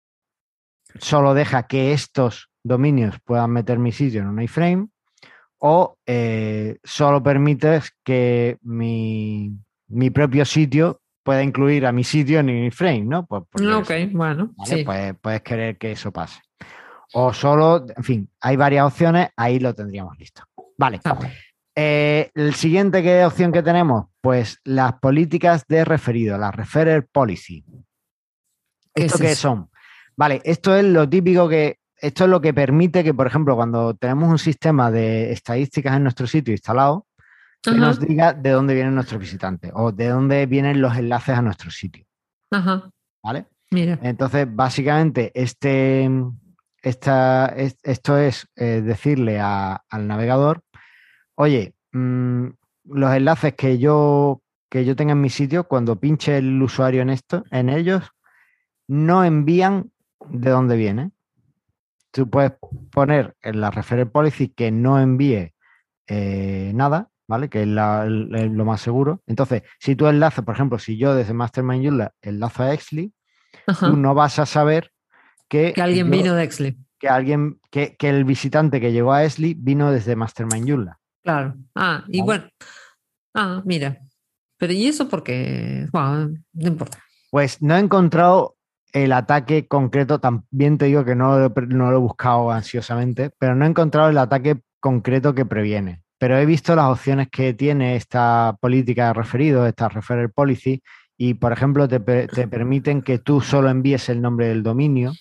solo deja que estos dominios puedan meter mi sitio en un iframe, o eh, solo permites que mi, mi propio sitio pueda incluir a mi sitio en un iframe, ¿no? Pues, pues yo qué Ok, sé, bueno, ¿vale? sí. Pues puedes querer que eso pase. O solo, en fin, hay varias opciones, ahí lo tendríamos listo. Vale. Ah, Eh, el siguiente que, opción que tenemos, pues las políticas de referido, la referrer policy. ¿qué ¿Esto es qué eso? son? Vale, esto es lo típico que, esto es lo que permite que, por ejemplo, cuando tenemos un sistema de estadísticas en nuestro sitio instalado, que nos Ajá, diga de dónde vienen nuestros visitantes o de dónde vienen los enlaces a nuestro sitio, ajá, ¿vale? mira. Entonces, básicamente, este, esta, es- esto es eh, decirle a- al navegador, oye, mmm, los enlaces que yo, que yo tenga en mi sitio, cuando pinche el usuario en esto, en ellos, no envían de dónde viene. Tú puedes poner en la referrer policy que no envíe eh, nada ¿vale? Que es la- el- el- lo más seguro. Entonces, si tú enlazas, por ejemplo, si yo desde Mastermind Joomla enlazo a Exli, tú Ajá. no vas a saber Que que alguien yo, vino de Exley. que alguien, que, que el visitante que llegó a Exli vino desde Mastermind Joomla, Claro. Ah, y ¿vale? bueno. Ah, mira. Pero ¿y eso porque bueno, no importa. Pues no he encontrado el ataque concreto, también te digo que no, lo he- no lo he buscado ansiosamente, pero no he encontrado el ataque concreto que previene. Pero he visto las opciones que tiene esta política de referidos, esta referral policy, y por ejemplo te, pe- te permiten que tú solo envíes el nombre del dominio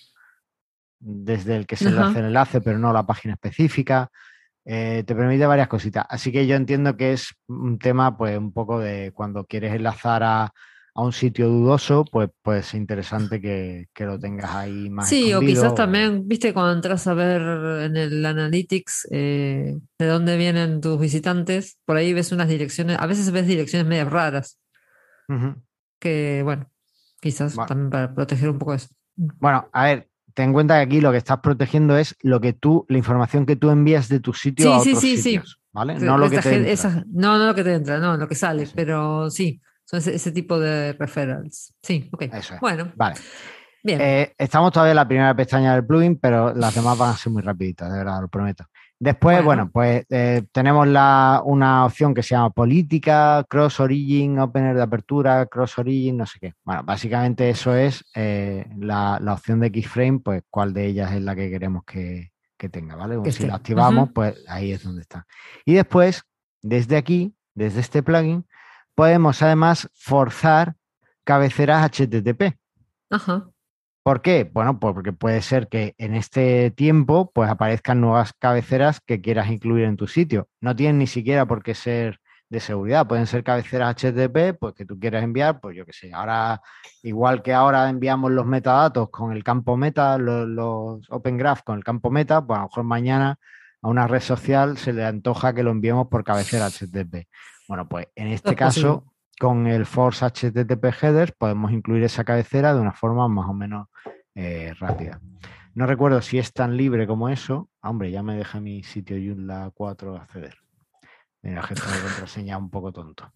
desde el que se le hace Ajá. el enlace, pero no la página específica. Eh, te permite varias cositas. Así que yo entiendo que es un tema, pues, un poco de cuando quieres enlazar a, a un sitio dudoso, pues, pues es interesante que, que lo tengas ahí más Sí, o quizás escondido. también, viste, cuando entras a ver en el Analytics eh, de dónde vienen tus visitantes, por ahí ves unas direcciones, a veces ves direcciones medias raras, Ujú. que bueno, quizás Bueno, también para proteger un poco eso. bueno, a ver, ten en cuenta que aquí lo que estás protegiendo es lo que tú, la información que tú envías de tu sitio a Sí, sí, otros sí, sí. sitios, ¿vale? No lo que Esta te gen- entra. esa- no, no lo que te entra, no, lo que sale, Eso, pero sí, son ese, ese tipo de referrals. Sí, ok. eso es. Bueno, Vale. bien. Eh, estamos todavía en la primera pestaña del plugin, pero las demás van a ser muy rapiditas, de verdad, lo prometo. Después, bueno, Bueno, pues eh, tenemos la, una opción que se llama política, cross origin, opener de apertura, cross origin, no sé qué. Bueno, básicamente eso es eh, la, la opción de keyframe, pues cuál de ellas es la que queremos que, que tenga, ¿vale? que Si la esté. activamos, Ujú. pues ahí es donde está. Y después, desde aquí, desde este plugin, podemos además forzar cabeceras H T T P. Ajá. ¿Por qué? Bueno, pues porque puede ser que en este tiempo pues aparezcan nuevas cabeceras que quieras incluir en tu sitio. No tienen ni siquiera por qué ser de seguridad, pueden ser cabeceras H T T P, pues que tú quieras enviar, pues yo qué sé. Ahora, igual que ahora enviamos los metadatos con el campo meta, los, los Open Graph con el campo meta, pues a lo mejor mañana a una red social se le antoja que lo enviemos por cabecera H T T P. Bueno, pues en Todo este es posible. caso, con el Force H T T P Headers podemos incluir esa cabecera de una forma más o menos eh, rápida. No recuerdo si es tan libre como eso. Ah, hombre, ya me deja mi sitio Joomla cuatro acceder. El gesto de contraseña un poco tonto.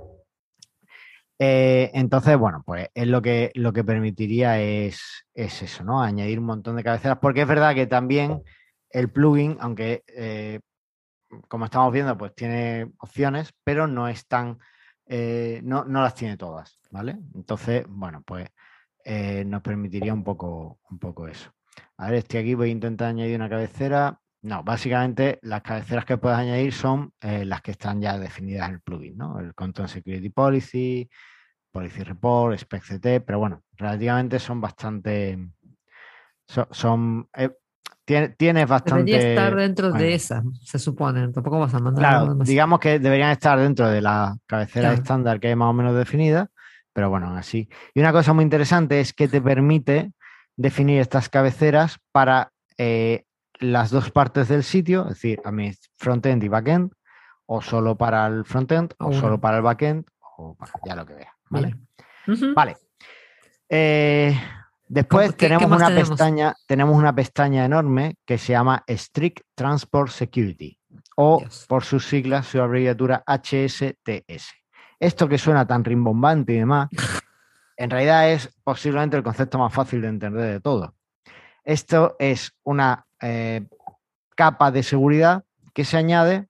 Eh, entonces, bueno, pues es lo que, lo que permitiría es, es eso, ¿no? Añadir un montón de cabeceras, porque es verdad que también el plugin, aunque eh, como estamos viendo, pues tiene opciones, pero no están, eh, no, no las tiene todas, ¿vale? Entonces, bueno, pues eh, nos permitiría un poco, un poco eso. A ver, estoy aquí, voy a intentar añadir una cabecera. No, básicamente las cabeceras que puedes añadir son eh, las que están ya definidas en el plugin, ¿no? El Content Security Policy, Policy Report, SpecCT, pero bueno, relativamente son bastante, son, son eh, tiene- tienes Debería estar bastante dentro de movimiento. esa, se supone. Tampoco vas a mandar algo Claro, demasiado. digamos que deberían estar dentro de la cabecera Claro. estándar que hay más o menos definida, pero bueno, aún así. Y una cosa muy interesante es que te permite definir estas cabeceras para eh, las dos partes del sitio, es decir, a mi frontend y backend, o solo para el frontend, A o solo uno. para el backend, o bueno, ya lo que veas, ¿vale? Mira. Ujú. Vale. Eh, ¿Cómo- después ¿Qué, qué tenemos más una tenemos? pestaña, tenemos una pestaña enorme que se llama Strict Transport Security o Dios. por sus siglas, su abreviatura H S T S. Esto que suena tan rimbombante y demás, en realidad es posiblemente el concepto más fácil de entender de todo. Esto es una eh, capa de seguridad que se añade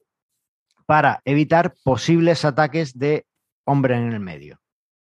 para evitar posibles ataques de hombre en el medio.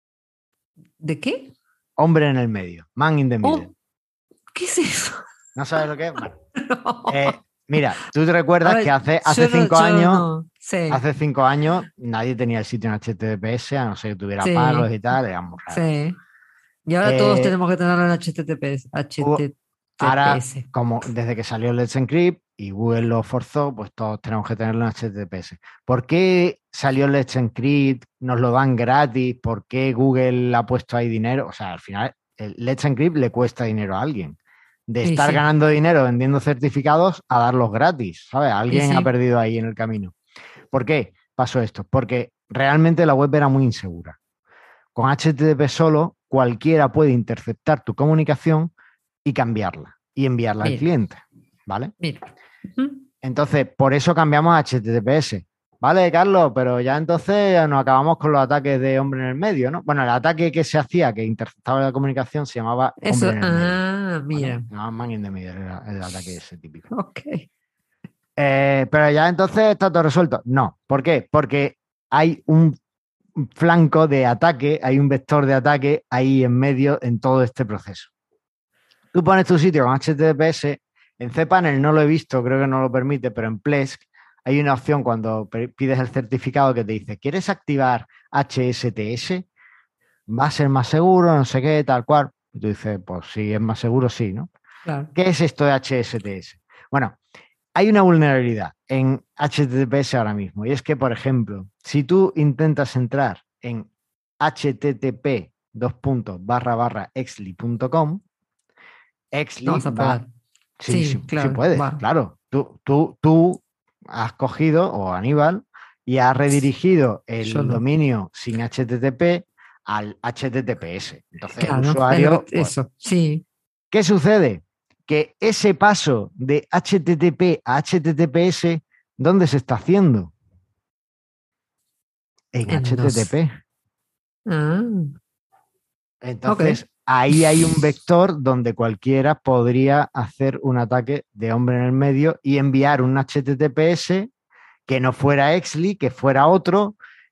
¿De qué? Hombre en el medio, man in the middle. Oh, ¿qué es eso? ¿No sabes lo que es? Bueno, Eh, No. mira, tú te A recuerdas que ver, hace, hace yo no, cinco yo años, no. Sí, hace cinco años, nadie tenía el sitio en H T T P S, a no ser que tuviera sí, palos y tal, era muy raro. sí. Y ahora todos Eh, tenemos que tenerlo en H T T P S. hubo- ahora, H T T P S. como desde que salió Let's Encrypt y Google lo forzó, pues todos tenemos que tenerlo en H T T P S. ¿Por qué salió Let's Encrypt? ¿Nos lo dan gratis? ¿Por qué Google ha puesto ahí dinero? O sea, al final, el Let's Encrypt le cuesta dinero a alguien. De Y estar sí, ganando dinero vendiendo certificados a darlos gratis, ¿sabes? y Alguien ha sí, perdido ahí en el camino. ¿Por qué pasó esto? Porque realmente la web era muy insegura. Con H T T P solo, cualquiera puede interceptar tu comunicación y cambiarla y enviarla al mira, cliente, ¿vale? mira. Ujú. Entonces, por eso cambiamos a H T T P S, Vale, Carlos, pero ya entonces nos acabamos con los ataques de hombre en el medio, ¿no? Bueno, el ataque que se hacía, que interceptaba la comunicación, se llamaba hombre Eso, en el medio, ah, ¿vale? mira. Se llamaba man in the middle, era el ataque ese típico. Ok. Eh, pero ya entonces está todo resuelto. No, ¿por qué? Porque hay un flanco de ataque, hay un vector de ataque ahí en medio en todo este proceso. Tú pones tu sitio con H T T P S, en cPanel no lo he visto, creo que no lo permite, pero en Plesk hay una opción cuando pides el certificado que te dice, ¿quieres activar H S T S? ¿Va a ser más seguro? No sé qué, tal cual. Y tú dices, pues sí, es más seguro, sí, ¿no? Claro. ¿Qué es esto de H S T S? Bueno, hay una vulnerabilidad en H T T P S ahora mismo, y es que, por ejemplo, si tú intentas entrar en http dos puntos barra barra exli punto com, No exli vas a va. poder. Sí, sí, Sí, sí claro. puedes, Va. claro. Tú, tú, tú has cogido, o Aníbal, y has redirigido Yo el no. dominio sin H T T P al H T T P S. Entonces el Claro, es lo que, usuario, pues, eso, sí. ¿qué sucede? Que ese paso de H T T P a H T T P S, ¿dónde se está haciendo? En En los. H T T P. Ah, ok. Entonces, ahí hay un vector donde cualquiera podría hacer un ataque de hombre en el medio y enviar un H T T P S que no fuera Exli, que fuera otro,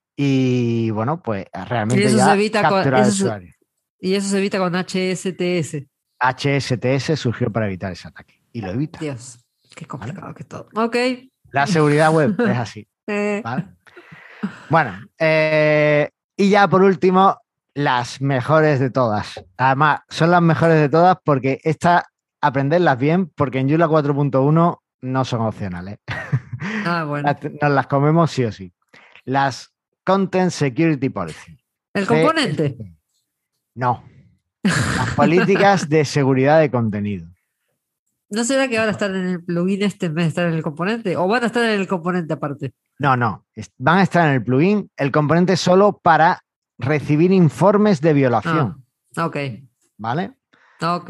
y bueno, pues Y realmente eso se ya evita con, capturar al eso se- usuario. y eso se evita con H S T S. H S T S surgió para evitar ese ataque y lo evita, Dios, qué ¿vale? complicado que es todo. Ok. La seguridad web es así, Eh, ¿vale? Bueno, eh, y ya por último, las mejores de todas. Además, son las mejores de todas porque estas, aprenderlas bien, porque en Joomla cuatro punto uno no son opcionales. ah, bueno. Nos las comemos sí o sí. Las Content Security Policy. El componente. C S P. No, las políticas de seguridad de contenido. ¿No será que van a estar en el plugin este en vez de estar en el componente? ¿O van a estar en el componente aparte? No, no, van a estar en el plugin, el componente solo para recibir informes de Ah, violación, ok. ¿vale? Ok.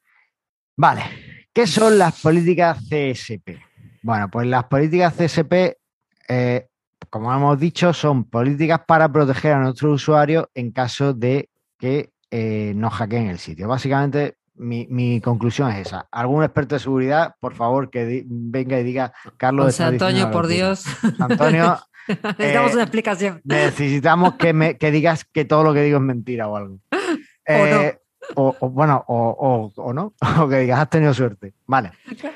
Vale, ¿qué son las políticas C S P? Bueno, pues las políticas C S P, eh, como hemos dicho, son políticas para proteger a nuestros usuarios en caso de que eh, nos hackeen el sitio. Básicamente, mi, mi, conclusión es esa. Algún experto de seguridad, por favor, que di- venga y diga, Carlos, José está diciendo Antonio, una por locura. Dios. Antonio, Necesitamos eh, una explicación. necesitamos que, me, que digas que todo lo que digo es mentira o algo. ¿O Eh, no? o, o, bueno, o, o, o no, o que digas, has tenido suerte. Vale.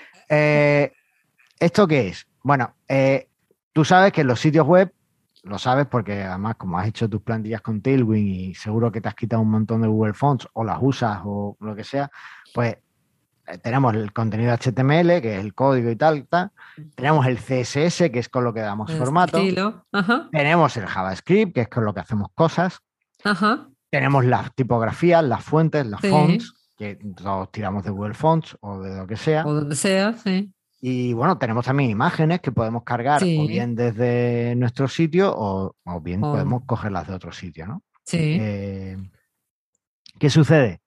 Eh, ¿Esto qué es? Bueno, eh, tú sabes que en los sitios web, lo sabes porque además como has hecho tus plantillas con Tailwind y seguro que te has quitado un montón de Google Fonts o las usas o lo que sea, pues eh, tenemos el contenido H T M L, que es el código y tal, tal. Tenemos el C S S, que es con lo que damos El formato. estilo. Ajá. Tenemos el JavaScript, que es con lo que hacemos cosas. Ajá. Tenemos las tipografías, las fuentes, las Sí. fonts, que todos tiramos de Google Fonts o de lo que sea. O donde sea, sí. Y bueno, tenemos también imágenes que podemos cargar o Sí. bien desde nuestro sitio o, o bien O- podemos cogerlas de otro sitio, ¿no? sí. Eh, ¿Qué sucede?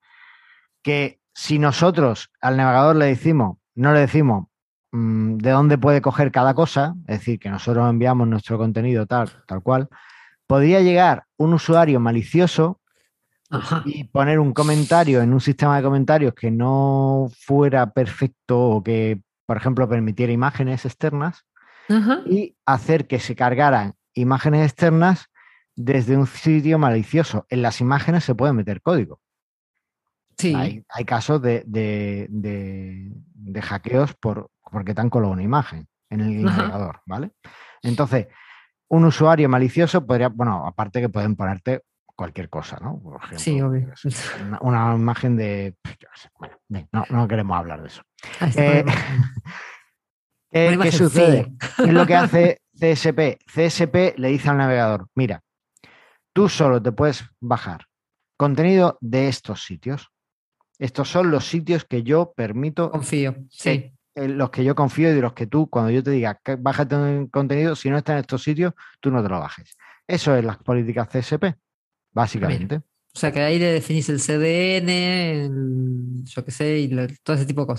Que si nosotros al navegador le decimos, no le decimos mmm, de dónde puede coger cada cosa, es decir, que nosotros enviamos nuestro contenido tal, tal cual, podría llegar un usuario malicioso Ajá. y poner un comentario en un sistema de comentarios que no fuera perfecto o que, por ejemplo, permitiera imágenes externas Ajá. y hacer que se cargaran imágenes externas desde un sitio malicioso. En las imágenes se puede meter código. O sea, Sí. hay, hay, casos de, de, de, de hackeos por, porque te han colado una imagen en el Ajá. navegador, ¿vale? Entonces, un usuario malicioso podría, bueno, aparte que pueden ponerte cualquier cosa, ¿no? Por Sí, ejemplo, obvio. una, una imagen de... Yo no sé, bueno, no, no queremos hablar de eso. Ah, está con Eh, una imagen. Una ¿qué, ¿Qué imagen fea. sucede? ¿Qué es lo que hace C S P? C S P le dice al navegador, mira, tú solo te puedes bajar contenido de estos sitios. Estos son los sitios que yo permito, Confío. que, Sí. en los que yo confío y de los que tú, cuando yo te diga que bájate un contenido, si no está en estos sitios, tú no te lo bajes. Eso es las políticas C S P, Ah, mira. básicamente. O sea que ahí le definís el C D N, el- yo qué sé, y lo- todo ese tipo de cosas.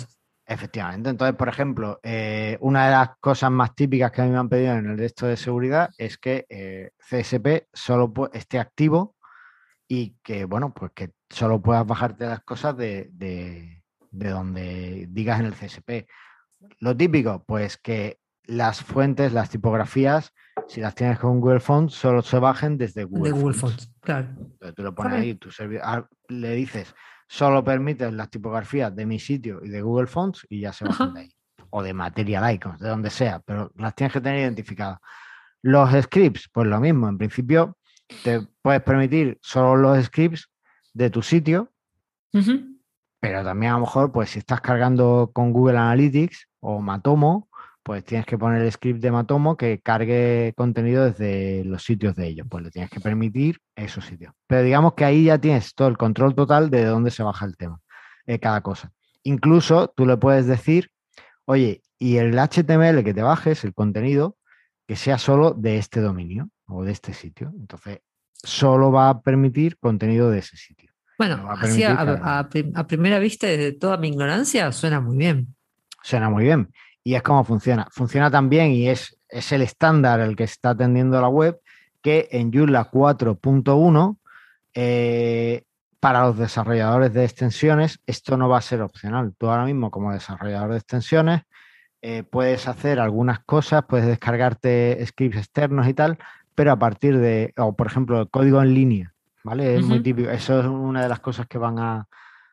Efectivamente. Entonces, por ejemplo, eh, una de las cosas más típicas que a mí me han pedido en el resto de seguridad es que eh, C S P solo esté activo y que, bueno, pues que solo puedas bajarte las cosas de, de, de donde digas en el C S P. Lo típico, pues que las fuentes, las tipografías, si las tienes con Google Fonts, solo se bajen desde Google, de Google Fonts. Fonts, claro. Entonces tú lo pones ahí, tu servidor, le dices, solo permites las tipografías de mi sitio y de Google Fonts y ya se bajan Ajá. de ahí. O de Material Icons, de donde sea, pero las tienes que tener identificadas. Los scripts, pues lo mismo. En principio, te puedes permitir solo los scripts de tu sitio, Uh-huh. pero también a lo mejor, pues si estás cargando con Google Analytics o Matomo, pues tienes que poner el script de Matomo que cargue contenido desde los sitios de ellos. Pues le tienes que permitir esos sitios. Pero digamos que ahí ya tienes todo el control total de dónde se baja el tema, eh, cada cosa. Incluso tú le puedes decir, oye, y el H T M L que te bajes, el contenido, que sea solo de este dominio o de este sitio. Entonces, solo va a permitir contenido de ese sitio. Bueno, No va a así a, permitir cargar. a, a primera vista, de toda mi ignorancia, suena muy bien. Suena muy bien. Y es como funciona. Funciona tan bien y es, es el estándar el que está atendiendo la web que en Joomla cuatro punto uno, eh, para los desarrolladores de extensiones, esto no va a ser opcional. Tú ahora mismo, como desarrollador de extensiones, eh, puedes hacer algunas cosas, puedes descargarte scripts externos y tal, pero a partir de, o por ejemplo, el código en línea, ¿vale? Es Uh-huh. muy típico. Eso es una de las cosas que van a,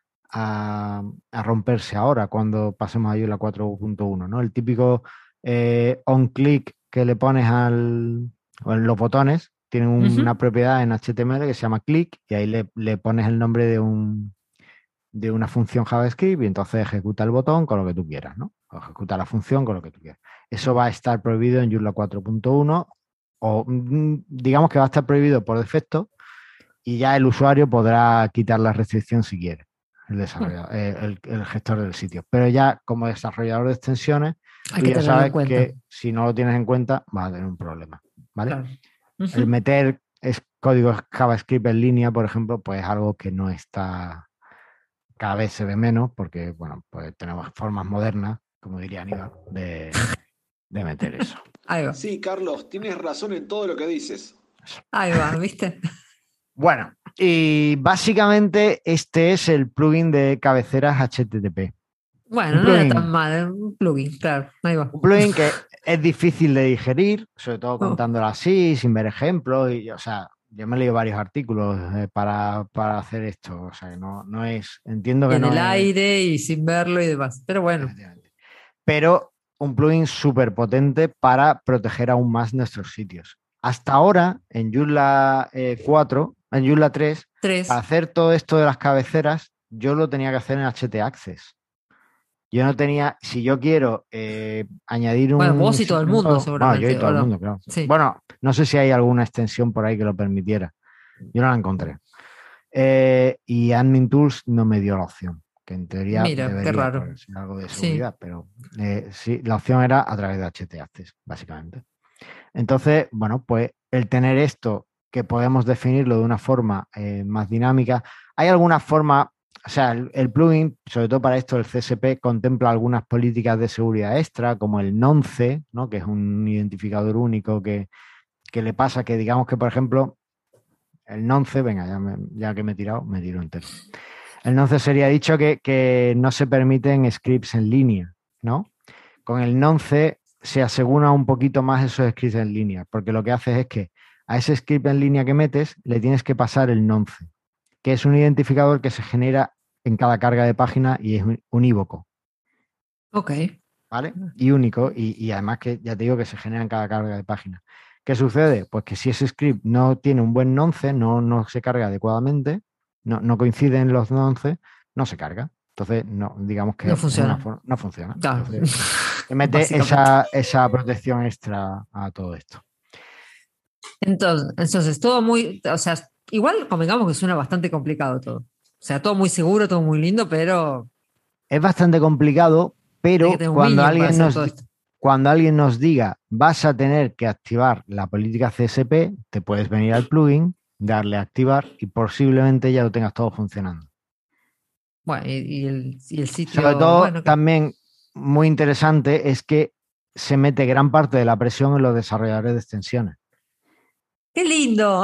a, a romperse ahora cuando pasemos a Joomla cuatro punto uno, ¿no? El típico eh, on-click que le pones al, o en los botones, tienen Uh-huh. una propiedad en H T M L que se llama click y ahí le, le pones el nombre de un de una función JavaScript y entonces ejecuta el botón con lo que tú quieras, ¿no? O ejecuta la función con lo que tú quieras. Eso va a estar prohibido en Joomla cuatro punto uno o mm, digamos que va a estar prohibido por defecto y ya el usuario podrá quitar la restricción si quiere, el desarrollador, eh, el, el gestor del sitio. Pero ya como desarrollador de extensiones, Hay tú que ya tenerlo en sabes cuenta. que si no lo tienes en cuenta vas a tener un problema, ¿vale? Claro. Uh-huh. El meter es código JavaScript en línea, por ejemplo, pues es algo que no está, cada vez se ve menos porque, bueno, pues tenemos formas modernas, como diría Aníbal, de, de meter eso. Ahí va. Sí, Carlos, tienes razón en todo lo que dices. eso. Ahí va, ¿viste? Bueno, y básicamente este es el plugin de cabeceras H T T P. Bueno, Un no era plugin, tan mal, un plugin, claro. Ahí va. un plugin que es difícil de digerir, sobre todo Oh, contándolo así, sin ver ejemplos. Y, o sea, yo me he leído varios artículos eh, para, para hacer esto. O sea, que no, no es, entiendo y que en no el es, aire y sin verlo y demás. Pero bueno, efectivamente. Pero un plugin súper potente para proteger aún más nuestros sitios. Hasta ahora, en Joomla eh, cuatro, en Joomla tres, para tres. hacer todo esto de las cabeceras, yo lo tenía que hacer en H T Access. Yo no tenía, si yo quiero eh, añadir Bueno, un vos y todo el mundo, segmento, bueno, yo y seguramente, todo ¿o el no? mundo, claro. Sí. Bueno, no sé si hay alguna extensión por ahí que lo permitiera. Yo no la encontré. Eh, y Admin Tools no me dio la opción, que en teoría Mira, qué debería raro. por ser algo de Sí. seguridad, pero eh, sí, la opción era a través de H T Access, básicamente. Entonces, bueno, pues el tener esto que podemos definirlo de una forma eh, más dinámica, hay alguna forma, o sea, el, el plugin, sobre todo para esto, el C S P, contempla algunas políticas de seguridad extra, como el nonce, ¿no? Que es un identificador único que, que le pasa que, digamos que, por ejemplo, el nonce, venga, ya, me, ya que me he tirado, me tiro entero. El nonce sería dicho que, que no se permiten scripts en línea, ¿no? Con el nonce se asegura un poquito más esos scripts en línea, porque lo que haces es que a ese script en línea que metes le tienes que pasar el nonce, que es un identificador que se genera en cada carga de página y es unívoco. Ok. ¿Vale? Y único, y, y además que ya te digo que se genera en cada carga de página. ¿Qué sucede? Pues que si ese script no tiene un buen nonce, no, no se carga adecuadamente, no, no coinciden los nonce, no se carga. Entonces, no, digamos que No es funciona. una forma, no funciona. Claro. Entonces, se mete esa, esa protección extra a todo esto. Entonces, entonces, todo muy, o sea, igual convengamos que suena bastante complicado todo. O sea, todo muy seguro, todo muy lindo, pero Es bastante complicado, hay que pero tener un cuando minion para alguien, hacer nos, todo di- esto. cuando alguien nos diga vas a tener que activar la política C S P, te puedes venir al plugin, darle a activar y posiblemente ya lo tengas todo funcionando. Bueno, y, y el, y el sitio, Sobre todo bueno, que- también muy interesante es que se mete gran parte de la presión en los desarrolladores de extensiones. ¡Qué lindo!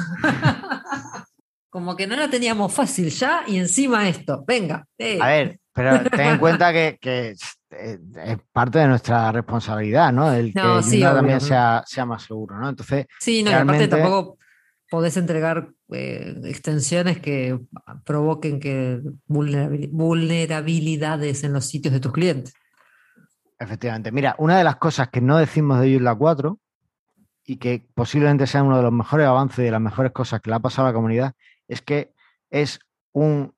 Como que no la teníamos fácil ya y encima esto. Venga. Eh. A ver, pero ten en cuenta que, que es, es parte de nuestra responsabilidad, ¿no? El que No, sí, Joomla obvio, también ¿no? sea, sea más seguro, ¿no? Entonces, Sí, no, realmente, y aparte tampoco podés entregar eh, extensiones que provoquen que vulnerabil- vulnerabilidades en los sitios de tus clientes. efectivamente. Mira, una de las cosas que no decimos de Joomla cuatro y que posiblemente sea uno de los mejores avances y de las mejores cosas que le ha pasado a la comunidad es que es un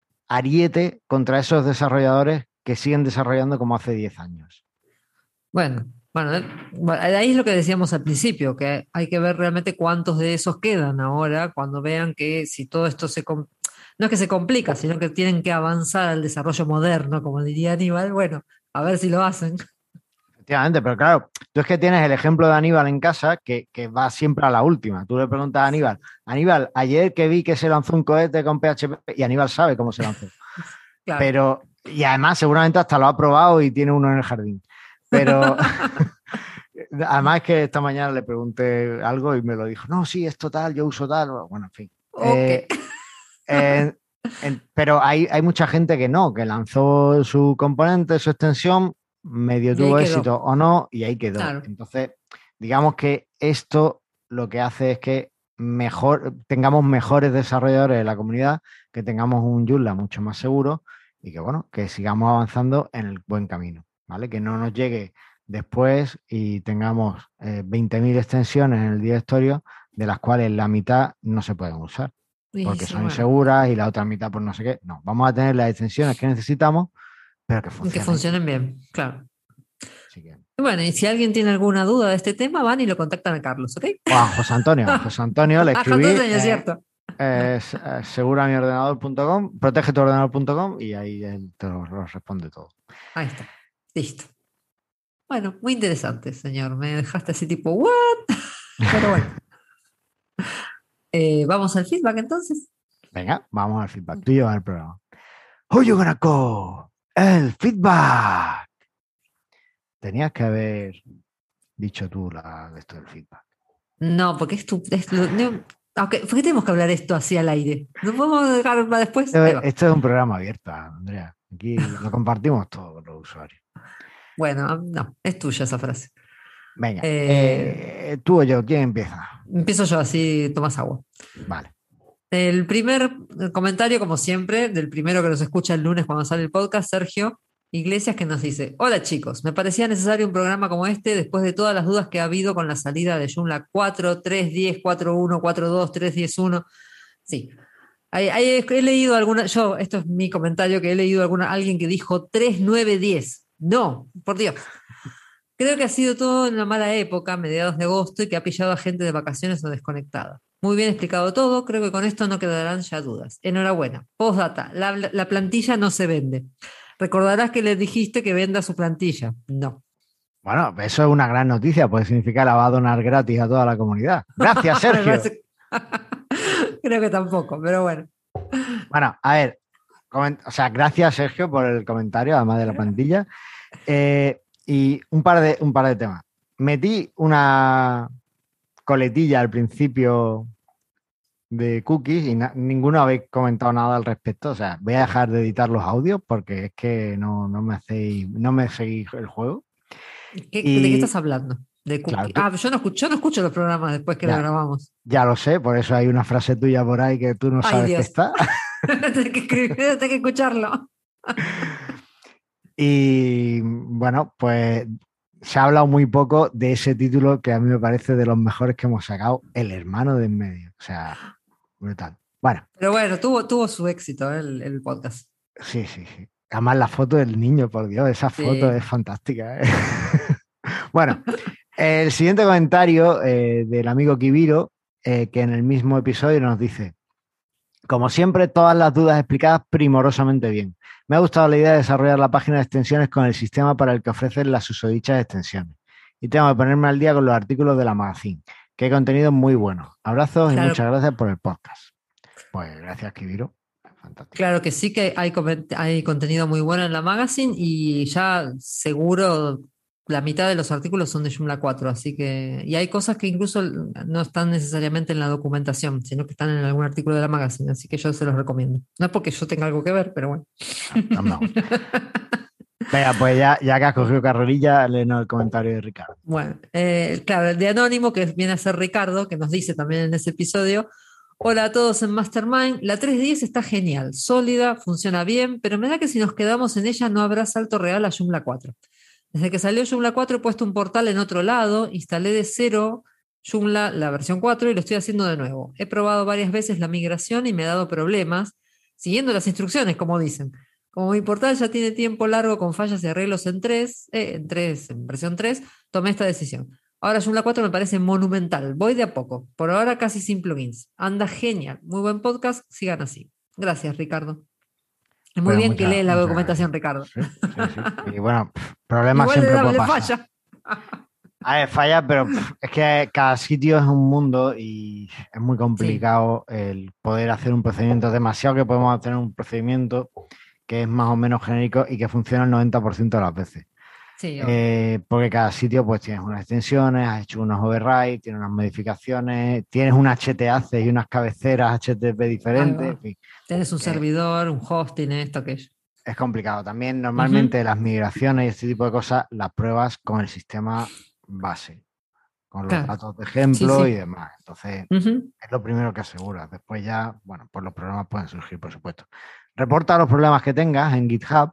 ariete contra esos desarrolladores que siguen desarrollando como hace diez años. Bueno, bueno, eh, bueno, ahí es lo que decíamos al principio, que hay que ver realmente cuántos de esos quedan ahora cuando vean que si todo esto se... com- no es que se complica, sino que tienen que avanzar al desarrollo moderno, como diría Aníbal. Bueno, a ver si lo hacen. Efectivamente, pero claro, tú es que tienes el ejemplo de Aníbal en casa que, que va siempre a la última. Tú le preguntas a Aníbal, Aníbal, ayer que vi que se lanzó un cohete con P H P y Aníbal sabe cómo se lanzó. Claro. Pero, y además seguramente hasta lo ha probado y tiene uno en el jardín. Pero además es que esta mañana le pregunté algo y me lo dijo, no, sí, es total, yo uso tal. Bueno, en fin. Ok. Eh, eh, en- pero hay, hay mucha gente que no, que lanzó su componente, su extensión, medio Y ahí tuvo quedó. éxito o no, y ahí quedó. Claro. Entonces, digamos que esto lo que hace es que mejor, tengamos mejores desarrolladores de la comunidad, que tengamos un Joomla mucho más seguro y que, bueno, que sigamos avanzando en el buen camino, ¿vale? Que no nos llegue después y tengamos eh, veinte mil extensiones en el directorio, de las cuales la mitad no se pueden usar Y porque sí, son bueno, inseguras y la otra mitad por no sé qué. No, vamos a tener las extensiones que necesitamos, pero que y que funcionen. funcionen bien, claro. Así que... Y bueno, y si alguien tiene alguna duda de este tema, van y lo contactan a Carlos, ¿ok? O a José Antonio, a José Antonio le Ah, escribí José Antonio, eh, cierto. eh, eh, seguramiordenador punto com, protege tu ordenador punto com y ahí él te lo, lo responde todo. Ahí está. Listo. Bueno, muy interesante, señor. Me dejaste así tipo, ¿what? Pero bueno. Eh, vamos al feedback entonces. Venga, vamos al feedback. Tú llevas el programa. Who you gonna call? El feedback. Tenías que haber dicho tú la, esto del feedback. No, porque es tu. es lo- no, aunque, ¿por qué tenemos que hablar esto así al aire? ¿No podemos dejar para después? Esto, Ahí va. esto es un programa abierto, Andrea. Aquí lo compartimos todos con los usuarios. Bueno, no, es tuya esa frase. Venga, Eh, eh, tú o yo, ¿quién empieza? empiezo yo, así tomas agua. Vale. El primer comentario, como siempre, del primero que nos escucha el lunes cuando sale el podcast, Sergio Iglesias, que nos dice: Hola chicos, me parecía necesario un programa como este después de todas las dudas que ha habido con la salida de Joomla cuatro, tres, diez, cuatro, uno, cuatro, dos, tres, diez, uno. Sí. Hay- hay- he leído alguna, yo, esto es mi comentario, que he leído alguna, alguien que dijo tres, nueve, diez. No, por Dios. Creo que ha sido todo en una mala época, mediados de agosto, y que ha pillado a gente de vacaciones o desconectada. Muy bien explicado todo, creo que con esto no quedarán ya dudas. Enhorabuena. Postdata, la, la plantilla no se vende. Recordarás que le dijiste que venda su plantilla. No. Bueno, eso es una gran noticia, pues significa que la va a donar gratis a toda la comunidad. Gracias, Me Sergio. parece- Creo que tampoco, pero bueno. Bueno, a ver, coment- o sea, gracias, Sergio, por el comentario, además de la plantilla. Eh, y un par de, un par de temas. Metí una coletilla al principio de cookies y na- ninguno habéis comentado nada al respecto. O sea, voy a dejar de editar los audios porque es que no, no me hacéis, no me seguís el juego. ¿Qué- Y, ¿De qué estás hablando? De claro, cookie. tú- Ah, yo no escucho, yo no escucho los programas después que lo ya, grabamos. ya lo sé, por eso hay una frase tuya por ahí que tú no Ay, sabes que Dios. está. Tengo que escribir, tengo que escucharlo. Y bueno, pues se ha hablado muy poco de ese título que a mí me parece de los mejores que hemos sacado, El hermano de en medio. O sea, brutal. Bueno, Pero bueno, tuvo, tuvo su éxito, ¿eh? el, el podcast. sí, sí, sí. Además la foto del niño, por Dios, esa foto Sí. es fantástica, ¿eh? Bueno, el siguiente comentario eh, del amigo Kibiro, eh, que en el mismo episodio nos dice: como siempre, todas las dudas explicadas primorosamente bien. Me ha gustado la idea de desarrollar la página de extensiones con el sistema para el que ofrecen las susodichas extensiones. Y tengo que ponerme al día con los artículos de la Magazine, que hay contenido muy bueno. Abrazos y Claro. muchas gracias por el podcast. Pues gracias, Kibiro. fantástico. Claro que sí, que hay, coment- hay contenido muy bueno en la magazine y ya seguro la mitad de los artículos son de Joomla cuatro, así que, y hay cosas que incluso no están necesariamente en la documentación, sino que están en algún artículo de la magazine, así que yo se los recomiendo. No es porque yo tenga algo que ver, pero bueno. No, no me gusta. Venga, pues ya, ya que has cogido carrerilla, léenos el comentario de Ricardo. Bueno, eh, claro, el de Anónimo, que viene a ser Ricardo, que nos dice también en ese episodio: hola a todos en Mastermind, la tres punto diez está genial, sólida, funciona bien, pero me da que si nos quedamos en ella no habrá salto real a Joomla cuatro. Desde que salió Joomla cuatro he puesto un portal en otro lado, instalé de cero Joomla, la versión cuatro, y lo estoy haciendo de nuevo. He probado varias veces la migración y me ha dado problemas, siguiendo las instrucciones, como dicen. Como mi portal ya tiene tiempo largo con fallas y arreglos en tres, eh, en tres, en versión tres, tomé esta decisión. Ahora Joomla cuatro me parece monumental, voy de a poco, por ahora casi sin plugins. Anda genial, muy buen podcast, sigan así. Gracias, Ricardo. Es muy Bueno, bien muchas- que lees la muchas documentación, gracias. Ricardo. Sí, sí, sí. Y bueno, pff, problemas Igual le, siempre da- puede le pasar. falla. A ver, falla, pero pff, es que cada sitio es un mundo y es muy complicado el poder hacer un procedimiento. Es demasiado que podemos hacer un procedimiento que es más o menos genérico y que funciona el noventa por ciento de las veces. Sí, Eh, porque cada sitio pues tienes unas extensiones, has hecho unos overrides, tienes unas modificaciones, tienes un H T A C y unas cabeceras H T T P diferentes. En fin, tienes un que servidor, un hosting, esto, aquello. es complicado. También normalmente Ujú. las migraciones y este tipo de cosas las pruebas con el sistema base, con los Claro. datos de ejemplo Sí, sí. y demás. Entonces, Ujú. es lo primero que aseguras. Después ya, bueno, pues los problemas pueden surgir, por supuesto. Reporta los problemas que tengas en GitHub.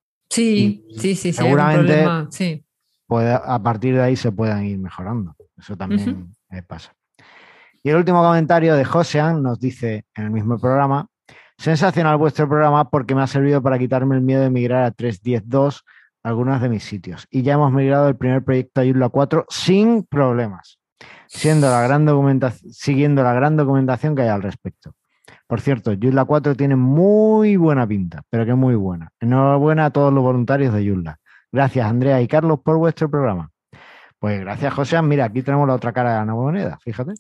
Sí, Y sí, sí, sí, hay algún seguramente problema, sí. puede- a partir de ahí se puedan ir mejorando. Eso también Ujú. eh, pasa. Y el último comentario de Josean nos dice en el mismo programa: sensacional vuestro programa porque me ha servido para quitarme el miedo de migrar a tres punto diez punto dos algunos de mis sitios. Y ya hemos migrado el primer proyecto a Joomla cuatro sin problemas, siendo la gran documentación, siguiendo la gran documentación que hay al respecto. Por cierto, Joomla cuatro tiene muy buena pinta, pero que muy buena. Enhorabuena a todos los voluntarios de Joomla. Gracias, Andrea y Carlos, por vuestro programa. Pues gracias, José. Mira, aquí tenemos la otra cara de la moneda, fíjate.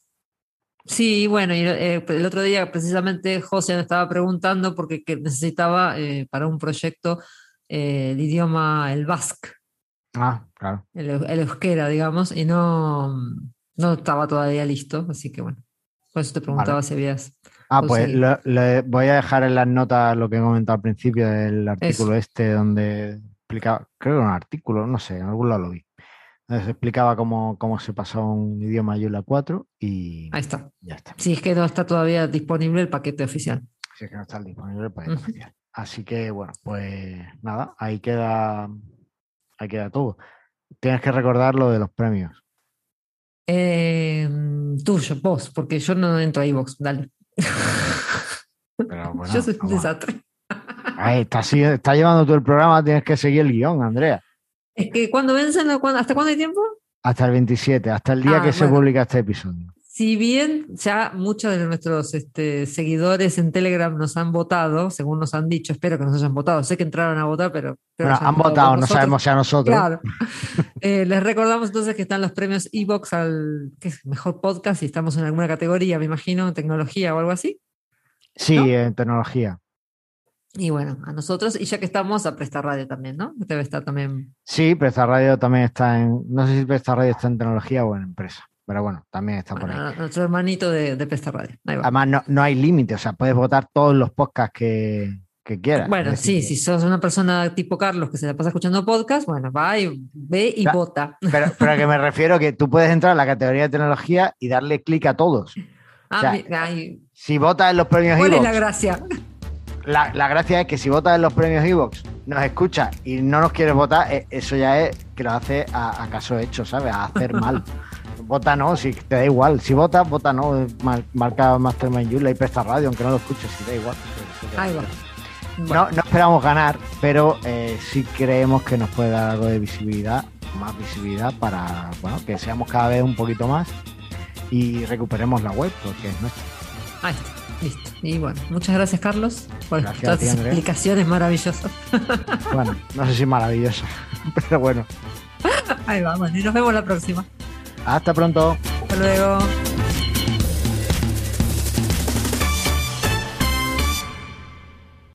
Sí, bueno, y eh, el otro día precisamente José me estaba preguntando porque que necesitaba eh, para un proyecto eh, el idioma, el basque, Ah, claro. el, el euskera, digamos, y no, no estaba todavía listo, así que bueno, por eso te preguntaba Vale. si habías Ah, pues conseguido. lo- le voy a dejar en las notas lo que he comentado al principio del artículo Eso. este donde explicaba, creo que era un artículo, no sé, en algún lado lo vi. Donde se explicaba cómo, cómo se pasó un idioma a Joomla cuatro y Ahí está. ya está. Si es que no está todavía disponible el paquete oficial. Si es que no está disponible el paquete Ujú. oficial. Así que bueno, pues nada, ahí queda, ahí queda todo. Tienes que recordar lo de los premios. Eh, tuyo, vos, porque yo no entro a iVoox, dale. Pero bueno, Yo soy un vamos. desastre. Ay, está, así- está llevando tú el programa, tienes que seguir el guión, Andrea. Es que cuando vencen, ¿hasta cuándo hay tiempo? Hasta el veintisiete, hasta el día Ah, que se bueno. publica este episodio. Si bien ya muchos de nuestros este, seguidores en Telegram nos han votado, según nos han dicho, espero que nos hayan votado, sé que entraron a votar, pero... espero Bueno, que hayan han votado, por no nosotros. sabemos si a nosotros. Claro. Eh, les recordamos entonces que están los premios iVoox al ¿qué es? Mejor podcast, y estamos en alguna categoría, me imagino, en tecnología o algo así. Sí, ¿no? en tecnología. Y bueno, a nosotros, y ya que estamos, a Prestar Radio también, ¿no? Que debe estar también... Sí, Presta Radio también está en. No sé si Presta Radio está en tecnología o en empresa, pero bueno, también está por ahí. Bueno, nuestro hermanito de, de Prestar Radio. Ahí va. Además, no, no hay límite, o sea, puedes votar todos los podcasts que, que quieras. Bueno, Es sí, decir, si sos una persona tipo Carlos que se la pasa escuchando podcast, bueno, va y ve y Ya, vota. Pero, pero que me refiero que tú puedes entrar a la categoría de tecnología y darle clic a todos. Ah, o sea, mi- ay, Si votas en los premios ¿cuál es la iVoox, gracia? la, la gracia es que si votas en los premios iVoox, nos escuchas y no nos quieres votar, eh, eso ya es que lo hace a, a caso hecho, ¿sabes? A hacer mal. Vota no, si te da igual. Si votas, vota no. Mar- marca Mastermind Joomla y Presta Radio, aunque no lo escuches, si da igual. Eso- eso ya- Ahí va. No, Bueno, no esperamos ganar, pero eh, sí creemos que nos puede dar algo de visibilidad, más visibilidad para, bueno, que seamos cada vez un poquito más y recuperemos la web, porque es nuestra. ahí está, listo. Y bueno, muchas gracias, Carlos, por Gracias todas a ti, esas Andrea. explicaciones maravillosas. Bueno, no sé si maravilloso, pero bueno. Ahí va, bueno, y nos vemos la próxima. Hasta pronto. Hasta luego.